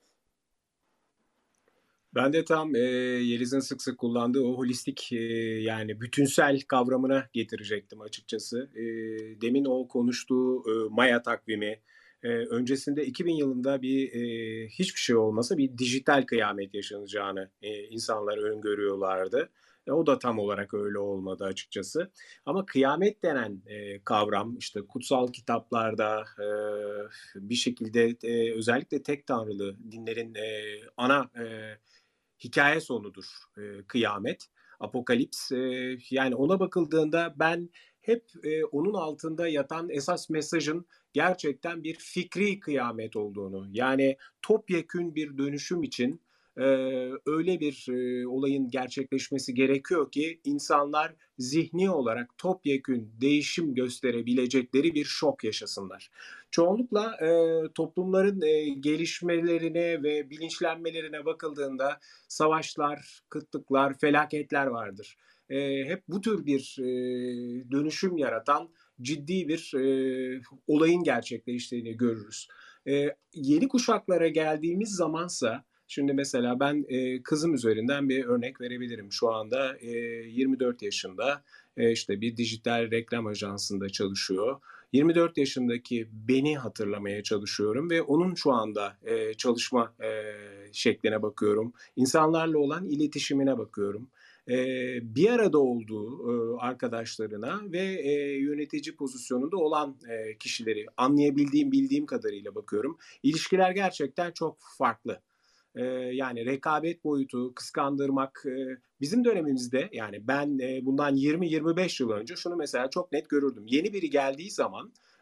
Ben de tam e, Yeliz'in sık sık kullandığı o holistik e, yani bütünsel kavramına getirecektim açıkçası. E, demin o konuştuğu e, Maya takvimi, e, öncesinde iki bin yılında bir e, hiçbir şey olmasa bir dijital kıyamet yaşanacağını e, insanlar öngörüyorlardı. E, o da tam olarak öyle olmadı açıkçası. Ama kıyamet denen e, kavram işte kutsal kitaplarda e, bir şekilde e, özellikle tek tanrılı dinlerin e, ana e, hikaye sonudur e, kıyamet, apokalips. E, yani ona bakıldığında ben hep e, onun altında yatan esas mesajın gerçekten bir fikri kıyamet olduğunu, yani topyekün bir dönüşüm için e, öyle bir e, olayın gerçekleşmesi gerekiyor ki insanlar zihni olarak topyekün değişim gösterebilecekleri bir şok yaşasınlar. Çoğunlukla e, toplumların e, gelişmelerine ve bilinçlenmelerine bakıldığında savaşlar, kıtlıklar, felaketler vardır. E, hep bu tür bir e, dönüşüm yaratan ciddi bir e, olayın gerçekleştiğini görürüz. E, yeni kuşaklara geldiğimiz zamansa, şimdi mesela ben e, kızım üzerinden bir örnek verebilirim. Şu anda e, yirmi dört yaşında, e, işte bir dijital reklam ajansında çalışıyor. yirmi dört yaşındaki beni hatırlamaya çalışıyorum ve onun şu anda e, çalışma e, şekline bakıyorum. İnsanlarla olan iletişimine bakıyorum. E, bir arada olduğu e, arkadaşlarına ve e, yönetici pozisyonunda olan e, kişileri anlayabildiğim, bildiğim kadarıyla bakıyorum. İlişkiler gerçekten çok farklı. Ee, yani rekabet boyutu, kıskandırmak, e, bizim dönemimizde, yani ben e, bundan yirmi yirmi beş yıl önce şunu mesela çok net görürdüm. Yeni biri geldiği zaman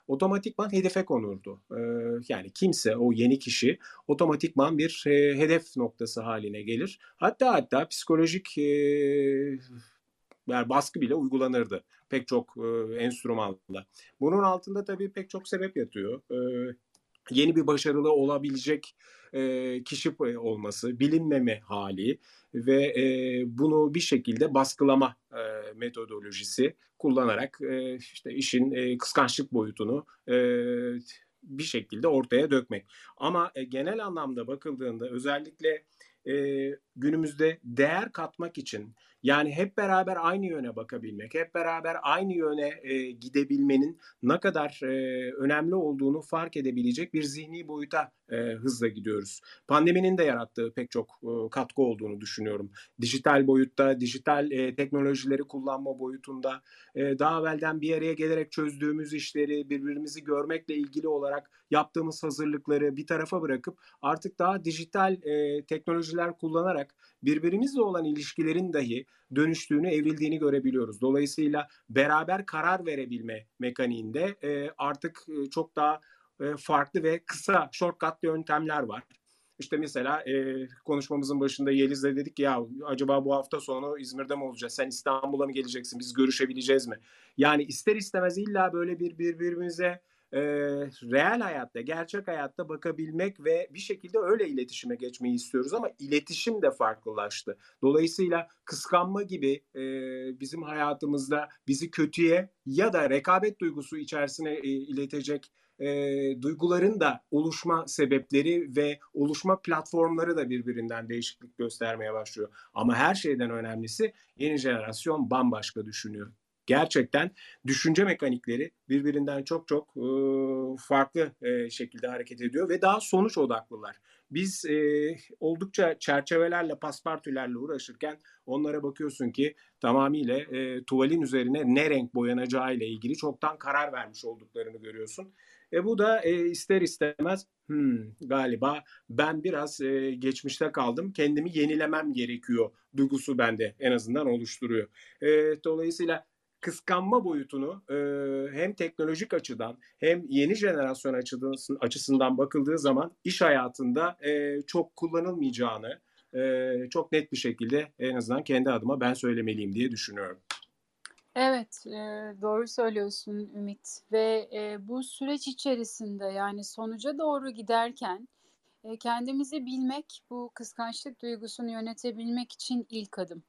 otomatikman hedefe konurdu. E, yani kimse, o yeni kişi otomatikman bir e, hedef noktası haline gelir. Hatta hatta psikolojik e, yani baskı bile uygulanırdı pek çok e, enstrümanla. Bunun altında tabii pek çok sebep yatıyor. E, yeni bir başarılı olabilecek e, kişi olması, bilinmeme hali ve e, bunu bir şekilde baskılama e, metodolojisi kullanarak e, işte işin e, kıskançlık boyutunu e, bir şekilde ortaya dökmek. Ama e, genel anlamda bakıldığında özellikle e, günümüzde değer katmak için, yani hep beraber aynı yöne bakabilmek, hep beraber aynı yöne e, gidebilmenin ne kadar e, önemli olduğunu fark edebilecek bir zihni boyuta e, hızla gidiyoruz. Pandeminin de yarattığı pek çok e, katkı olduğunu düşünüyorum. Dijital boyutta, dijital e, teknolojileri kullanma boyutunda e, daha evvelden bir araya gelerek çözdüğümüz işleri, birbirimizi görmekle ilgili olarak yaptığımız hazırlıkları bir tarafa bırakıp artık daha dijital e, teknolojiler kullanarak birbirimizle olan ilişkilerin dahi dönüştüğünü, evrildiğini görebiliyoruz. Dolayısıyla beraber karar verebilme mekaniğinde e, artık e, çok daha e, farklı ve kısa, shortcut yöntemler var. İşte mesela e, konuşmamızın başında Yeliz'le dedik ya acaba bu hafta sonu İzmir'de mi olacağız? Sen İstanbul'a mı geleceksin? Biz görüşebileceğiz mi? Yani ister istemez illa böyle bir birbirimize e, reel hayatta, gerçek hayatta bakabilmek ve bir şekilde öyle iletişime geçmeyi istiyoruz ama iletişim de farklılaştı. Dolayısıyla kıskanma gibi e, bizim hayatımızda bizi kötüye ya da rekabet duygusu içerisine e, iletecek e, duyguların da oluşma sebepleri ve oluşma platformları da birbirinden değişiklik göstermeye başlıyor. Ama her şeyden önemlisi yeni jenerasyon bambaşka düşünüyor. Gerçekten düşünce mekanikleri birbirinden çok çok e, farklı e, şekilde hareket ediyor ve daha sonuç odaklılar. Biz e, oldukça çerçevelerle, paspartülerle uğraşırken onlara bakıyorsun ki tamamıyla e, tuvalin üzerine ne renk boyanacağı ile ilgili çoktan karar vermiş olduklarını görüyorsun. E bu da e, ister istemez hmm, galiba ben biraz e, geçmişte kaldım, kendimi yenilemem gerekiyor duygusu bende en azından oluşturuyor. E, dolayısıyla kıskanma boyutunu e, hem teknolojik açıdan hem yeni jenerasyon açıdan, açısından bakıldığı zaman iş hayatında e, çok kullanılmayacağını e, çok net bir şekilde en azından kendi adıma ben söylemeliyim diye düşünüyorum. Evet, e, doğru söylüyorsun Ümit ve e, bu süreç içerisinde yani sonuca doğru giderken e, kendimizi bilmek bu kıskançlık duygusunu yönetebilmek için ilk adım.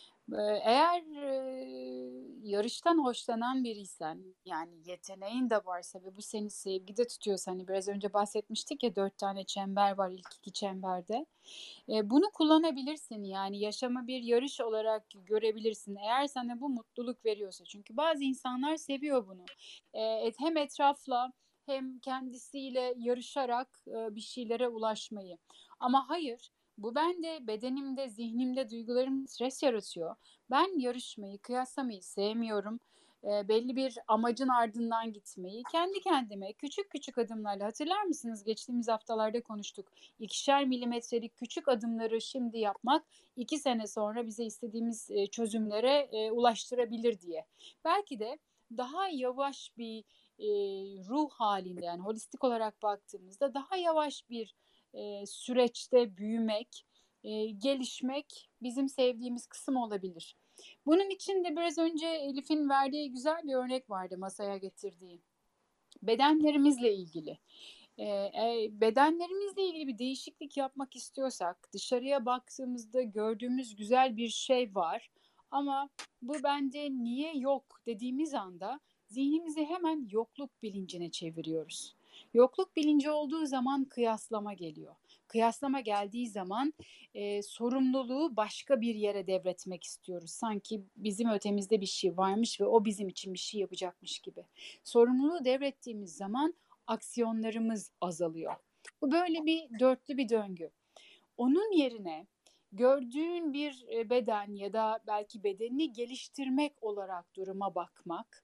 Eğer e, yarıştan hoşlanan biriysen, yani yeteneğin de varsa ve bu seni sevgide tutuyorsa, hani biraz önce bahsetmiştik ya dört tane çember var ilk iki çemberde. E, bunu kullanabilirsin yani yaşamı bir yarış olarak görebilirsin eğer sana bu mutluluk veriyorsa. Çünkü bazı insanlar seviyor bunu. E, hem etrafla hem kendisiyle yarışarak e, bir şeylere ulaşmayı. Ama hayır, bu bende, bedenimde, zihnimde, duygularımda stres yaratıyor. Ben yarışmayı, kıyaslamayı sevmiyorum. E, belli bir amacın ardından gitmeyi, kendi kendime küçük küçük adımlarla, hatırlar mısınız? Geçtiğimiz haftalarda konuştuk. İkişer milimetrelik küçük adımları şimdi yapmak iki sene sonra bize istediğimiz e, çözümlere e, ulaştırabilir diye. Belki de daha yavaş bir e, ruh halinde, yani holistik olarak baktığımızda daha yavaş bir e, süreçte büyümek, e, gelişmek bizim sevdiğimiz kısım olabilir. Bunun için de biraz önce Elif'in verdiği güzel bir örnek vardı masaya getirdiği. Bedenlerimizle ilgili. E, e, bedenlerimizle ilgili bir değişiklik yapmak istiyorsak dışarıya baktığımızda gördüğümüz güzel bir şey var ama bu bende niye yok dediğimiz anda zihnimizi hemen yokluk bilincine çeviriyoruz. Yokluk bilinci olduğu zaman kıyaslama geliyor. Kıyaslama geldiği zaman e, sorumluluğu başka bir yere devretmek istiyoruz. Sanki bizim ötemizde bir şey varmış ve o bizim için bir şey yapacakmış gibi. Sorumluluğu devrettiğimiz zaman aksiyonlarımız azalıyor. Bu böyle bir dörtlü bir döngü. Onun yerine gördüğün bir beden ya da belki bedenini geliştirmek olarak duruma bakmak,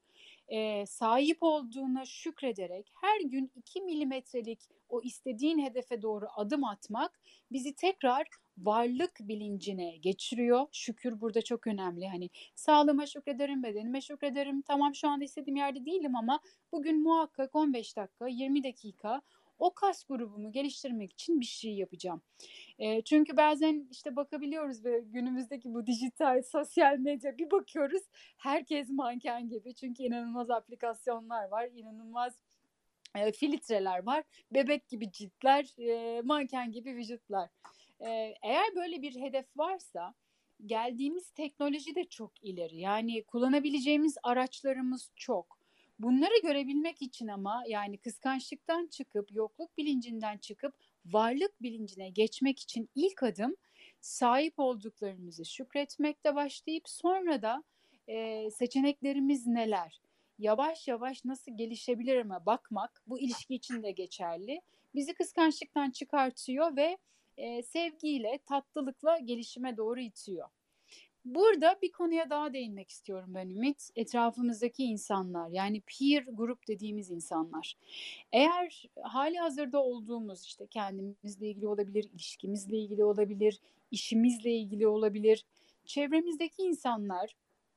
e, sahip olduğuna şükrederek her gün iki milimetrelik o istediğin hedefe doğru adım atmak bizi tekrar varlık bilincine geçiriyor. Şükür burada çok önemli. Hani sağlığıma şükrederim, bedenime şükrederim. Tamam şu anda istediğim yerde değilim ama bugün muhakkak on beş dakika, yirmi dakika o kas grubumu geliştirmek için bir şey yapacağım. E, çünkü bazen işte bakabiliyoruz ve günümüzdeki bu dijital sosyal medya bir bakıyoruz herkes manken gibi. Çünkü inanılmaz aplikasyonlar var, inanılmaz e, filtreler var, bebek gibi ciltler, e, manken gibi vücutlar. E, eğer böyle bir hedef varsa geldiğimiz teknoloji de çok ileri. Yani kullanabileceğimiz araçlarımız çok. Bunları görebilmek için ama yani kıskançlıktan çıkıp, yokluk bilincinden çıkıp varlık bilincine geçmek için ilk adım sahip olduklarımızı şükretmekle başlayıp sonra da e, seçeneklerimiz neler? Yavaş yavaş nasıl gelişebilirime bakmak bu ilişki için de geçerli. Bizi kıskançlıktan çıkartıyor ve e, sevgiyle, tatlılıkla gelişime doğru itiyor. Burada bir konuya daha değinmek istiyorum ben Ümit. Etrafımızdaki insanlar yani peer grup dediğimiz insanlar. Eğer hali hazırda olduğumuz işte kendimizle ilgili olabilir, ilişkimizle ilgili olabilir, işimizle ilgili olabilir. Çevremizdeki insanlar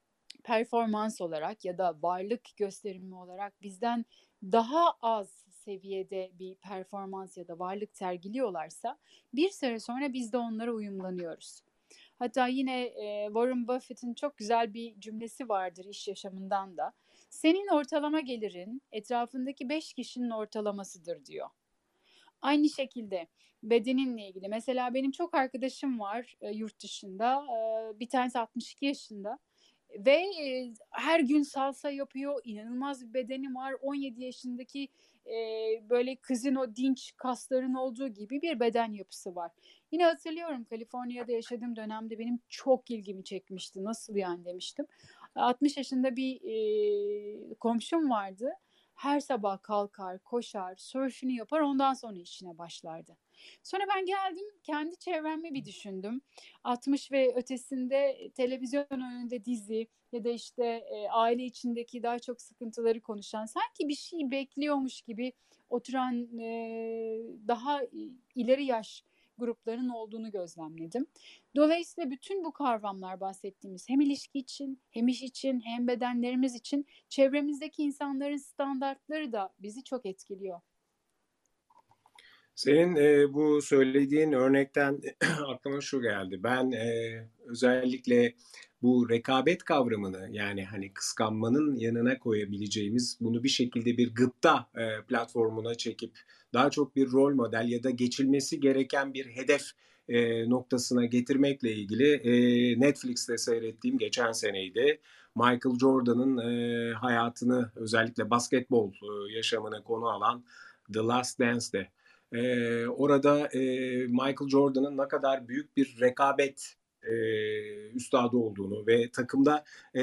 performans olarak ya da varlık gösterimi olarak bizden daha az seviyede bir performans ya da varlık sergiliyorlarsa bir süre sonra biz de onlara uyumlanıyoruz. Hatta yine e, Warren Buffett'in çok güzel bir cümlesi vardır iş yaşamından da. Senin ortalama gelirin etrafındaki beş kişinin ortalamasıdır diyor. Aynı şekilde bedeninle ilgili. Mesela benim çok arkadaşım var e, yurt dışında. E, bir tanesi altmış iki yaşında. Ve e, her gün salsa yapıyor. İnanılmaz bir bedeni var. on yedi yaşındaki e, böyle kızın o dinç kasların olduğu gibi bir beden yapısı var. Yine hatırlıyorum Kaliforniya'da yaşadığım dönemde benim çok ilgimi çekmişti. Nasıl yani demiştim. altmış yaşında bir e, komşum vardı. Her sabah kalkar, koşar, sörfünü yapar ondan sonra işine başlardı. Sonra ben geldim kendi çevremi bir düşündüm. altmış ve ötesinde televizyon önünde dizi ya da işte e, aile içindeki daha çok sıkıntıları konuşan sanki bir şey bekliyormuş gibi oturan e, daha ileri yaş grupların olduğunu gözlemledim. Dolayısıyla bütün bu kavramlar bahsettiğimiz hem ilişki için hem iş için hem bedenlerimiz için çevremizdeki insanların standartları da bizi çok etkiliyor. Senin e, bu söylediğin örnekten aklıma şu geldi. Ben e, özellikle bu rekabet kavramını yani hani kıskanmanın yanına koyabileceğimiz bunu bir şekilde bir gıpta e, platformuna çekip daha çok bir rol model ya da geçilmesi gereken bir hedef e, noktasına getirmekle ilgili e, Netflix'te seyrettiğim geçen seneydi. Michael Jordan'ın e, hayatını özellikle basketbol e, yaşamını konu alan The Last Dance'de. Ee, orada e, Michael Jordan'ın ne kadar büyük bir rekabet e, üstadı olduğunu ve takımda e,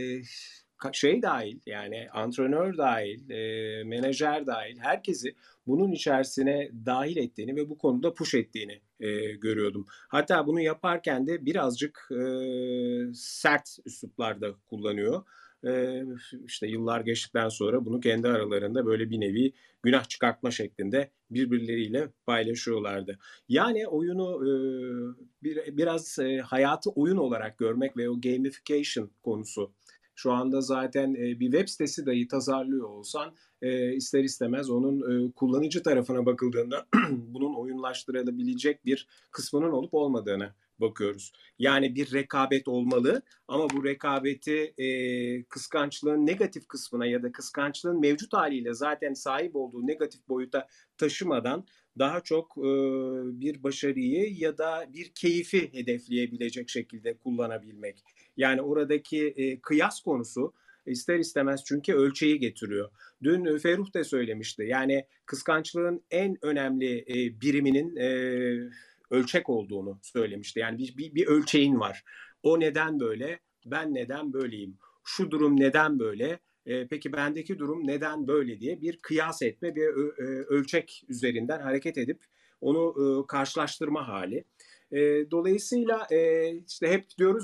şey dahil yani antrenör dahil, e, menajer dahil herkesi bunun içerisine dahil ettiğini ve bu konuda push ettiğini e, görüyordum. Hatta bunu yaparken de birazcık e, sert üsluplarda kullanıyor. E, işte yıllar geçtikten sonra bunu kendi aralarında böyle bir nevi günah çıkartma şeklinde birbirleriyle paylaşıyorlardı. Yani oyunu e, bir, biraz e, hayatı oyun olarak görmek ve o gamification konusu. Şu anda zaten e, bir web sitesi dahi tasarlıyor olsan e, ister istemez onun e, kullanıcı tarafına bakıldığında bunun oyunlaştırılabilecek bir kısmının olup olmadığını bakıyoruz. Yani bir rekabet olmalı ama bu rekabeti e, kıskançlığın negatif kısmına ya da kıskançlığın mevcut haliyle zaten sahip olduğu negatif boyuta taşımadan daha çok e, bir başarıyı ya da bir keyfi hedefleyebilecek şekilde kullanabilmek. Yani oradaki e, kıyas konusu ister istemez çünkü ölçeği getiriyor. Dün Ferruh da söylemişti. Yani kıskançlığın en önemli e, biriminin e, ölçek olduğunu söylemişti. Yani bir, bir, bir ölçeğin var. O neden böyle? Ben neden böyleyim? Şu durum neden böyle? E, peki bendeki durum neden böyle diye bir kıyas etme, bir ö, ö, ölçek üzerinden hareket edip onu e, karşılaştırma hali. E, dolayısıyla e, işte hep diyoruz ya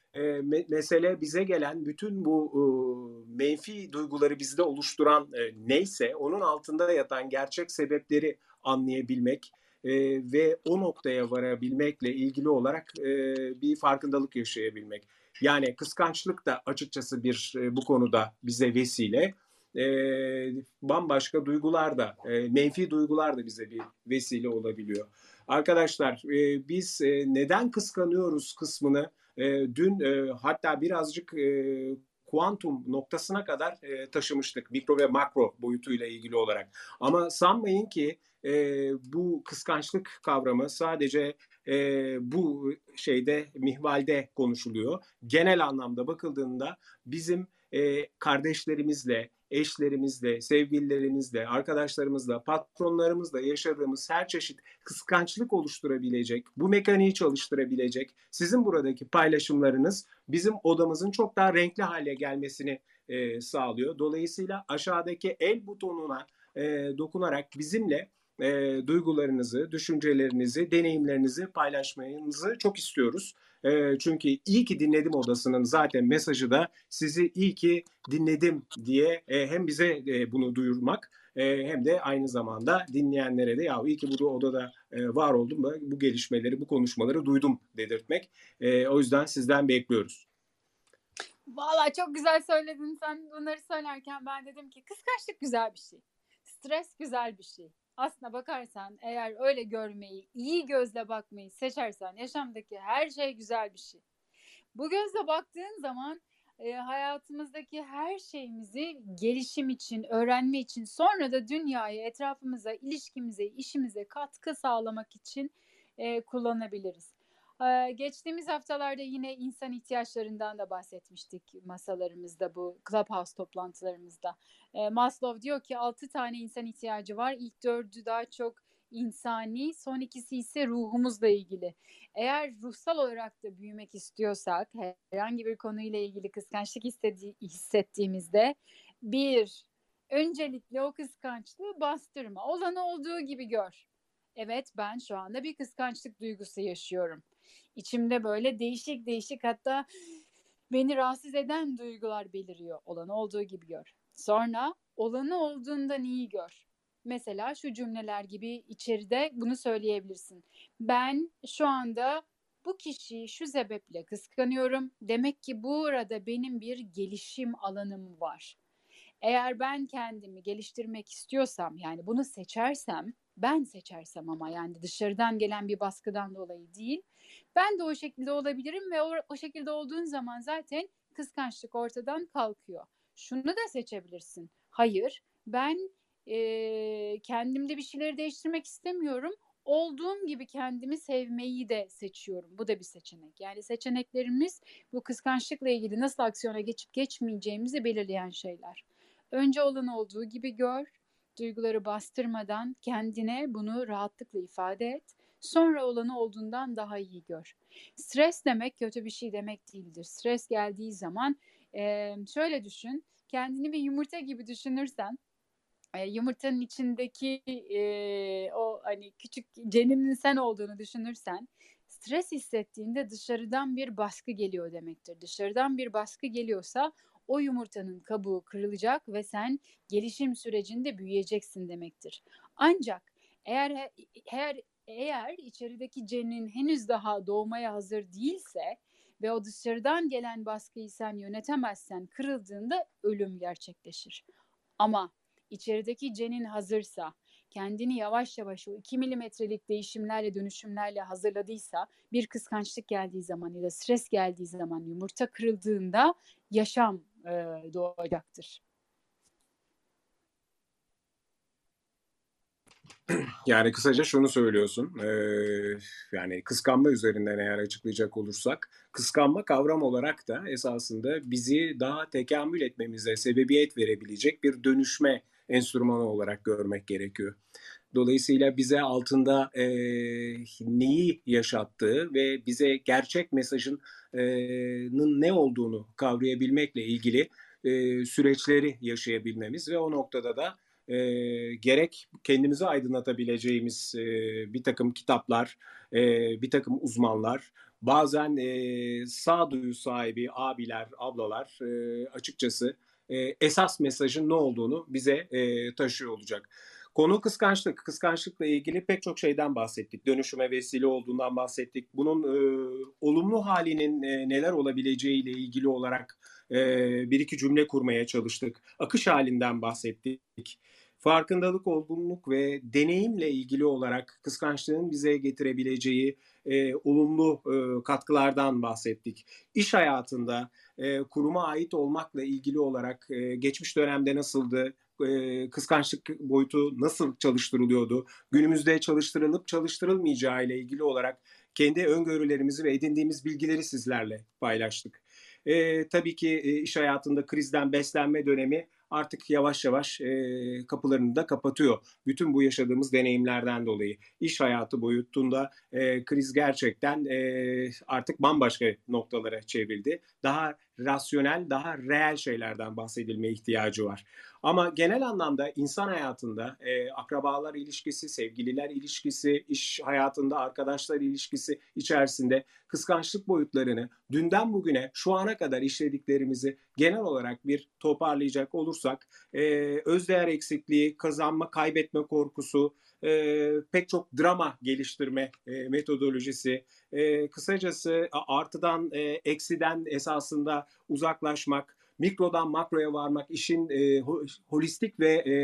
e, me- mesele bize gelen bütün bu e, menfi duyguları bizde oluşturan e, neyse onun altında yatan gerçek sebepleri anlayabilmek e, ve o noktaya varabilmekle ilgili olarak e, bir farkındalık yaşayabilmek. Yani kıskançlık da açıkçası bir e, bu konuda bize vesile. E, bambaşka duygular da, e, menfi duygular da bize bir vesile olabiliyor. Arkadaşlar e, biz e, neden kıskanıyoruz kısmını e, dün e, hatta birazcık e, kuantum noktasına kadar e, taşımıştık. Mikro ve makro boyutuyla ilgili olarak. Ama sanmayın ki e, bu kıskançlık kavramı sadece e, bu şeyde mihvalde konuşuluyor. Genel anlamda bakıldığında bizim e, kardeşlerimizle, eşlerimizle, sevgililerimizle, arkadaşlarımızla, patronlarımızla yaşadığımız her çeşit kıskançlık oluşturabilecek, bu mekaniği çalıştırabilecek sizin buradaki paylaşımlarınız bizim odamızın çok daha renkli hale gelmesini e, sağlıyor. Dolayısıyla aşağıdaki el butonuna e, dokunarak bizimle e, duygularınızı, düşüncelerinizi, deneyimlerinizi paylaşmanızı çok istiyoruz. E, çünkü iyi ki dinledim odasının zaten mesajı da sizi iyi ki dinledim diye e, hem bize e, bunu duyurmak e, hem de aynı zamanda dinleyenlere de ya iyi ki bu odada e, var oldum da bu gelişmeleri, bu konuşmaları duydum dedirtmek. E, o yüzden sizden bekliyoruz. Vallahi çok güzel söyledin sen bunları söylerken ben dedim ki kıskançlık güzel bir şey. Stres güzel bir şey. Aslına bakarsan eğer öyle görmeyi, iyi gözle bakmayı seçersen yaşamdaki her şey güzel bir şey. Bu gözle baktığın zaman e, hayatımızdaki her şeyimizi gelişim için, öğrenme için, sonra da dünyaya, etrafımıza, ilişkimize, işimize katkı sağlamak için e, kullanabiliriz. Ee, geçtiğimiz haftalarda yine insan ihtiyaçlarından da bahsetmiştik masalarımızda, bu Clubhouse toplantılarımızda. Ee, Maslow diyor ki altı tane insan ihtiyacı var. İlk dördü daha çok insani, son ikisi ise ruhumuzla ilgili. Eğer ruhsal olarak da büyümek istiyorsak, herhangi bir konuyla ilgili kıskançlık istediği, hissettiğimizde bir, öncelikle o kıskançlığı bastırma. Olanı olduğu gibi gör. Evet, ben şu anda bir kıskançlık duygusu yaşıyorum. İçimde böyle değişik değişik, hatta beni rahatsız eden duygular beliriyor. Olanı olduğu gibi gör. Sonra olanı olduğundan iyi gör. Mesela şu cümleler gibi içeride bunu söyleyebilirsin. Ben şu anda bu kişiyi şu sebeple kıskanıyorum. Demek ki burada benim bir gelişim alanım var. Eğer ben kendimi geliştirmek istiyorsam, yani bunu seçersem, ben seçersem ama yani dışarıdan gelen bir baskıdan dolayı değil, ben de o şekilde olabilirim ve o, o şekilde olduğun zaman zaten kıskançlık ortadan kalkıyor. Şunu da seçebilirsin. Hayır, ben e, kendimde bir şeyleri değiştirmek istemiyorum. Olduğum gibi kendimi sevmeyi de seçiyorum. Bu da bir seçenek. Yani seçeneklerimiz bu kıskançlıkla ilgili nasıl aksiyona geçip geçmeyeceğimizi belirleyen şeyler. Önce olan olduğu gibi gör, duyguları bastırmadan kendine bunu rahatlıkla ifade et. Sonra olanı olduğundan daha iyi gör. Stres demek kötü bir şey demek değildir. Stres geldiği zaman e, şöyle düşün, kendini bir yumurta gibi düşünürsen, e, yumurtanın içindeki e, o hani küçük ceninin sen olduğunu düşünürsen, stres hissettiğinde dışarıdan bir baskı geliyor demektir. Dışarıdan bir baskı geliyorsa o yumurtanın kabuğu kırılacak ve sen gelişim sürecinde büyüyeceksin demektir. Ancak eğer eğer eğer içerideki cenin henüz daha doğmaya hazır değilse ve o dışarıdan gelen baskıyı sen yönetemezsen, kırıldığında ölüm gerçekleşir. Ama içerideki cenin hazırsa, kendini yavaş yavaş o iki milimetrelik değişimlerle, dönüşümlerle hazırladıysa, bir kıskançlık geldiği zaman ya da stres geldiği zaman, yumurta kırıldığında yaşam e, doğacaktır. Yani kısaca şunu söylüyorsun, e, yani kıskanma üzerinden eğer açıklayacak olursak, kıskanma kavram olarak da esasında bizi daha tekamül etmemize sebebiyet verebilecek bir dönüşme enstrümanı olarak görmek gerekiyor. Dolayısıyla bize altında e, neyi yaşattığı ve bize gerçek mesajın e, ne olduğunu kavrayabilmekle ilgili e, süreçleri yaşayabilmemiz ve o noktada da e, gerek kendimizi aydınlatabileceğimiz e, bir takım kitaplar, e, bir takım uzmanlar, bazen e, sağduyu sahibi abiler, ablalar e, açıkçası e, esas mesajın ne olduğunu bize e, taşıyor olacak. Konu kıskançlık. Kıskançlıkla ilgili pek çok şeyden bahsettik. Dönüşüme vesile olduğundan bahsettik. Bunun e, olumlu halinin e, neler olabileceğiyle ilgili olarak e, bir iki cümle kurmaya çalıştık. Akış halinden bahsettik. Farkındalık, olgunluk ve deneyimle ilgili olarak kıskançlığın bize getirebileceği e, olumlu e, katkılardan bahsettik. İş hayatında e, kuruma ait olmakla ilgili olarak e, geçmiş dönemde nasıldı? E, kıskançlık boyutu nasıl çalıştırılıyordu? Günümüzde çalıştırılıp çalıştırılmayacağı ile ilgili olarak kendi öngörülerimizi ve edindiğimiz bilgileri sizlerle paylaştık. E, tabii ki e, iş hayatında krizden beslenme dönemi artık yavaş yavaş e, kapılarını da kapatıyor. Bütün bu yaşadığımız deneyimlerden dolayı. İş hayatı boyutunda e, kriz gerçekten e, artık bambaşka noktalara çevrildi. Daha rasyonel, daha reel şeylerden bahsedilme ihtiyacı var. Ama genel anlamda insan hayatında e, akrabalar ilişkisi, sevgililer ilişkisi, iş hayatında arkadaşlar ilişkisi içerisinde kıskançlık boyutlarını dünden bugüne şu ana kadar işlediklerimizi genel olarak bir toparlayacak olursak e, özdeğer eksikliği, kazanma, kaybetme korkusu, e, pek çok drama geliştirme e, metodolojisi, e, kısacası artıdan e, eksiden esasında uzaklaşmak, mikrodan makroya varmak, işin e, holistik ve e,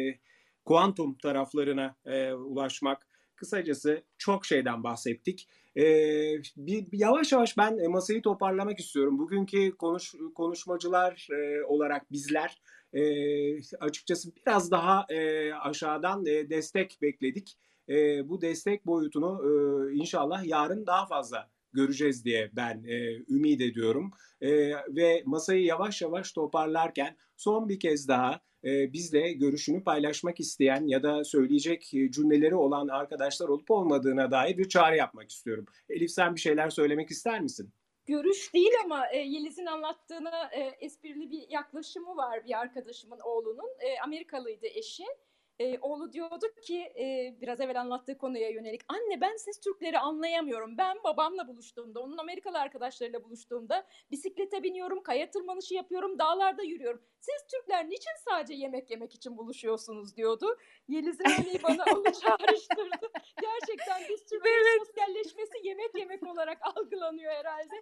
kuantum taraflarına e, ulaşmak. Kısacası çok şeyden bahsettik. E, bir, bir yavaş yavaş ben masayı toparlamak istiyorum. Bugünkü konuş, konuşmacılar e, olarak bizler e, açıkçası biraz daha e, aşağıdan e, destek bekledik. E, bu destek boyutunu e, inşallah yarın daha fazla göreceğiz diye ben e, ümit ediyorum. E, ve masayı yavaş yavaş toparlarken son bir kez daha e, bizle görüşünü paylaşmak isteyen ya da söyleyecek cümleleri olan arkadaşlar olup olmadığına dair bir çağrı yapmak istiyorum. Elif, sen bir şeyler söylemek ister misin? Görüş değil ama e, Yeliz'in anlattığına e, esprili bir yaklaşımı var bir arkadaşımın oğlunun. E, Amerikalıydı eşi. E, oğlu diyordu ki e, biraz evvel anlattığı konuya yönelik, anne ben siz Türkleri anlayamıyorum. Ben babamla buluştuğumda, onun Amerikalı arkadaşlarıyla buluştuğumda bisiklete biniyorum, kaya tırmanışı yapıyorum, dağlarda yürüyorum. Siz Türkler niçin sadece yemek yemek için buluşuyorsunuz diyordu. Yeliz'in örneği bana onu çağrıştırdı. Gerçekten biz Türklerin sosyalleşmesi yemek yemek olarak algılanıyor herhalde.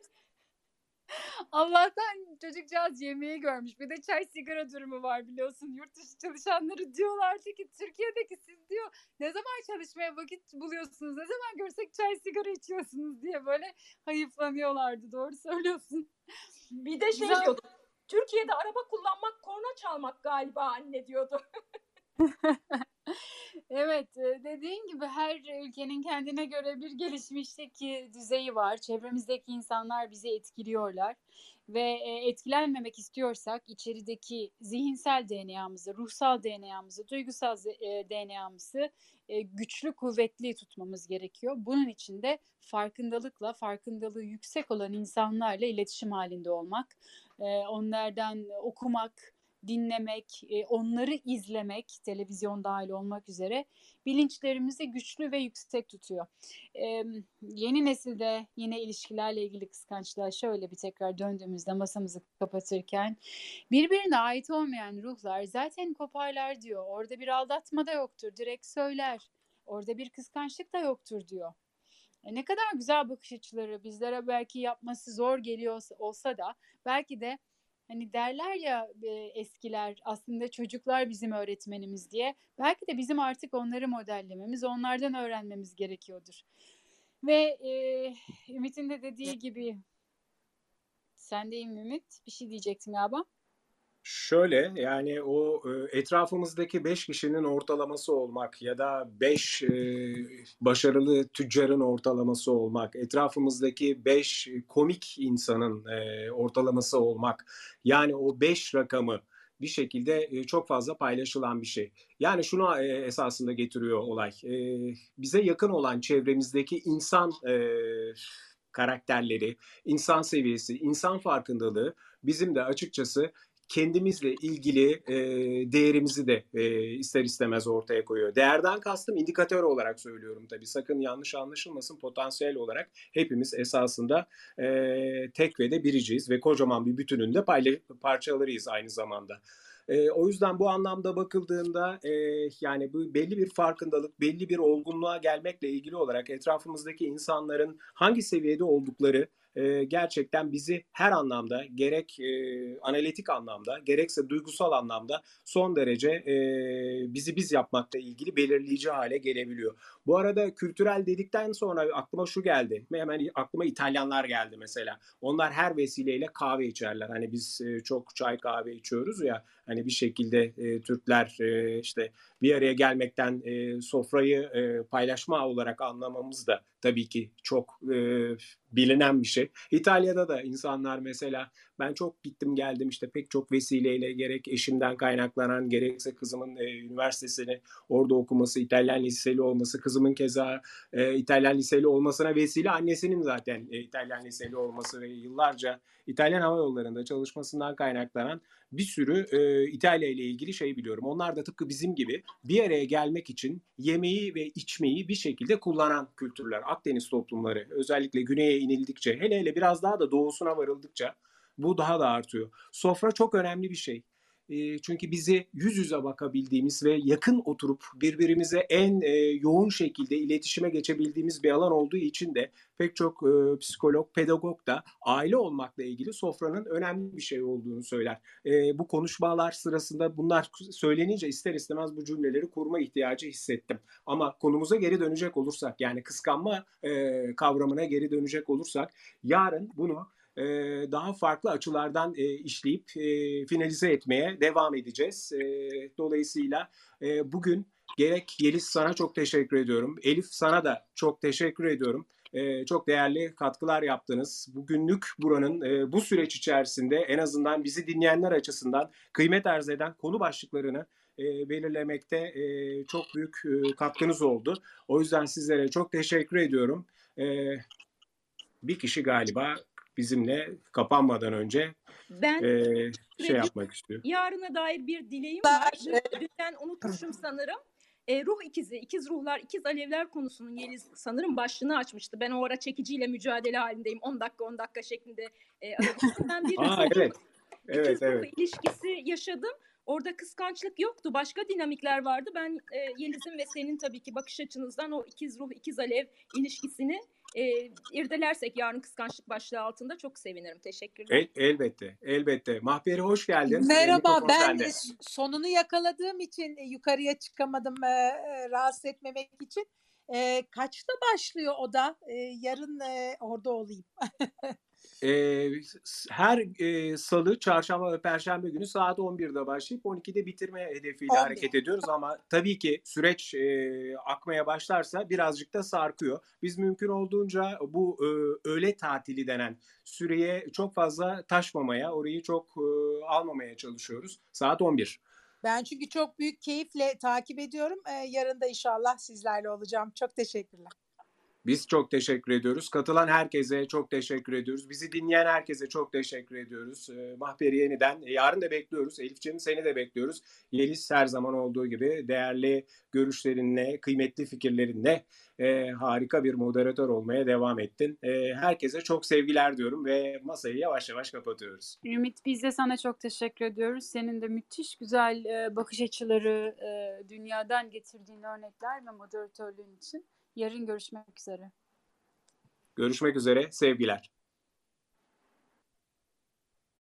Allah'tan çocukcağız yemeği görmüş. Bir de çay sigara durumu var biliyorsun. Yurt dışı çalışanları diyorlardı ki Türkiye'deki siz diyor ne zaman çalışmaya vakit buluyorsunuz, ne zaman görsek çay sigara içiyorsunuz diye böyle hayıflanıyorlardı. Doğru söylüyorsun. Bir de şey Güzel. diyordu. Türkiye'de araba kullanmak korna çalmak galiba anne diyordu. Evet, dediğin gibi her ülkenin kendine göre bir gelişmişlik düzeyi var. Çevremizdeki insanlar bizi etkiliyorlar ve etkilenmemek istiyorsak içerideki zihinsel D N A'mızı, ruhsal D N A'mızı, duygusal D N A'mızı güçlü, kuvvetli tutmamız gerekiyor. Bunun için de farkındalıkla, farkındalığı yüksek olan insanlarla iletişim halinde olmak, onlardan okumak, dinlemek, onları izlemek, televizyon dahil olmak üzere bilinçlerimizi güçlü ve yüksek tutuyor. Ee, yeni nesilde yine ilişkilerle ilgili kıskançlığa şöyle bir tekrar döndüğümüzde masamızı kapatırken birbirine ait olmayan ruhlar zaten koparlar diyor. Orada bir aldatma da yoktur, direkt söyler. Orada bir kıskançlık da yoktur diyor. E ne kadar güzel bakış açıları, bizlere belki yapması zor geliyor olsa da belki de hani derler ya e, eskiler aslında çocuklar bizim öğretmenimiz diye. Belki de bizim artık onları modellememiz, onlardan öğrenmemiz gerekiyordur. Ve e, Ümit'in de dediği gibi, sen deyim Ümit, bir şey diyecektin galiba. Şöyle, yani o etrafımızdaki beş kişinin ortalaması olmak ya da beş başarılı tüccarın ortalaması olmak, etrafımızdaki beş komik insanın ortalaması olmak, yani o beş rakamı bir şekilde çok fazla paylaşılan bir şey. Yani şunu esasında getiriyor olay. Bize yakın olan çevremizdeki insan karakterleri, insan seviyesi, insan farkındalığı bizim de açıkçası kendimizle ilgili e, değerimizi de e, ister istemez ortaya koyuyor. Değerden kastım indikatör olarak söylüyorum tabii. Sakın yanlış anlaşılmasın. Potansiyel olarak hepimiz esasında e, tek ve de biriciyiz ve kocaman bir bütünün de parçalarıyız aynı zamanda. E, o yüzden bu anlamda bakıldığında e, yani bu belli bir farkındalık, belli bir olgunluğa gelmekle ilgili olarak etrafımızdaki insanların hangi seviyede oldukları e, gerçekten bizi her anlamda gerek e, analitik anlamda gerekse duygusal anlamda son derece e, bizi biz yapmakla ilgili belirleyici hale gelebiliyor. Bu arada kültürel dedikten sonra aklıma şu geldi. Hemen aklıma İtalyanlar geldi mesela. Onlar her vesileyle kahve içerler. Hani biz e, çok çay kahve içiyoruz ya. Hani bir şekilde e, Türkler e, işte bir araya gelmekten e, sofrayı e, paylaşma olarak anlamamız da tabii ki çok e, bilinen bir şey. İtalya'da da insanlar mesela ben çok gittim geldim işte pek çok vesileyle gerek eşimden kaynaklanan gerekse kızımın e, üniversitesini orada okuması, İtalyan liseli olması, kızımın keza e, İtalyan liseli olmasına vesile annesinin zaten e, İtalyan liseli olması ve yıllarca İtalyan Hava Yolları'nda çalışmasından kaynaklanan bir sürü e, İtalya ile ilgili şey biliyorum. Onlar da tıpkı bizim gibi bir araya gelmek için yemeği ve içmeyi bir şekilde kullanan kültürler. Akdeniz toplumları özellikle güneye inildikçe hele hele biraz daha da doğusuna varıldıkça bu daha da artıyor. Sofra çok önemli bir şey. E, çünkü bizi yüz yüze bakabildiğimiz ve yakın oturup birbirimize en e, yoğun şekilde iletişime geçebildiğimiz bir alan olduğu için de pek çok e, psikolog, pedagog da aile olmakla ilgili sofranın önemli bir şey olduğunu söyler. E, bu konuşmalar sırasında bunlar söylenince ister istemez bu cümleleri kurma ihtiyacı hissettim. Ama konumuza geri dönecek olursak yani kıskanma e, kavramına geri dönecek olursak yarın bunu e, daha farklı açılardan e, işleyip e, finalize etmeye devam edeceğiz. E, dolayısıyla e, bugün gerek Yeliz sana çok teşekkür ediyorum. Elif sana da çok teşekkür ediyorum. Ee, çok değerli katkılar yaptınız. Bugünlük buranın e, bu süreç içerisinde en azından bizi dinleyenler açısından kıymet arz eden konu başlıklarını e, belirlemekte e, çok büyük e, katkınız oldu. O yüzden sizlere çok teşekkür ediyorum. E, bir kişi galiba bizimle kapanmadan önce Ben e, teşekkür şey ediyorum. yapmak istiyor. Yarına dair bir dileğim var. Dün- Dünden unutmuşum sanırım. E, ruh ikizi, ikiz ruhlar, ikiz alevler konusunun Yeliz sanırım başlığını açmıştı. Ben o ara çekiciyle mücadele halindeyim. on dakika on dakika şeklinde e, aradım. Ben bir Aa, evet. Evet, ikiz ruh evet. ilişkisi yaşadım. Orada kıskançlık yoktu. Başka dinamikler vardı. Ben e, Yeliz'in ve senin tabii ki bakış açınızdan o ikiz ruh, ikiz alev ilişkisini e, irdelersek yarın kıskançlık başlığı altında çok sevinirim. Teşekkürler. El, elbette, elbette. Mahperi hoş geldin. Merhaba, Ee, ben sende. sonunu yakaladığım için yukarıya çıkamadım e, rahatsız etmemek için. E, kaçta başlıyor o da? E, yarın e, orada olayım. Ee, her e, salı, çarşamba ve perşembe günü saat on birde başlayıp on ikide bitirme hedefiyle on bir. hareket ediyoruz ama tabii ki süreç e, akmaya başlarsa birazcık da sarkıyor. Biz mümkün olduğunca bu e, öğle tatili denen süreye çok fazla taşmamaya, orayı çok e, almamaya çalışıyoruz. Saat on bir. Ben çünkü çok büyük keyifle takip ediyorum. E, yarın da inşallah sizlerle olacağım. Çok teşekkürler. Biz çok teşekkür ediyoruz. Katılan herkese çok teşekkür ediyoruz. Bizi dinleyen herkese çok teşekkür ediyoruz. E, Mahperi yeniden e, yarın da bekliyoruz. Elifciğim seni de bekliyoruz. Yeliz her zaman olduğu gibi değerli görüşlerinle, kıymetli fikirlerinle e, harika bir moderatör olmaya devam ettin. E, herkese çok sevgiler diyorum ve masayı yavaş yavaş kapatıyoruz. Ümit, biz de sana çok teşekkür ediyoruz. Senin de müthiş güzel e, bakış açıları, e, dünyadan getirdiğin örnekler ve moderatörlüğün için. Yarın görüşmek üzere. Görüşmek üzere, sevgiler.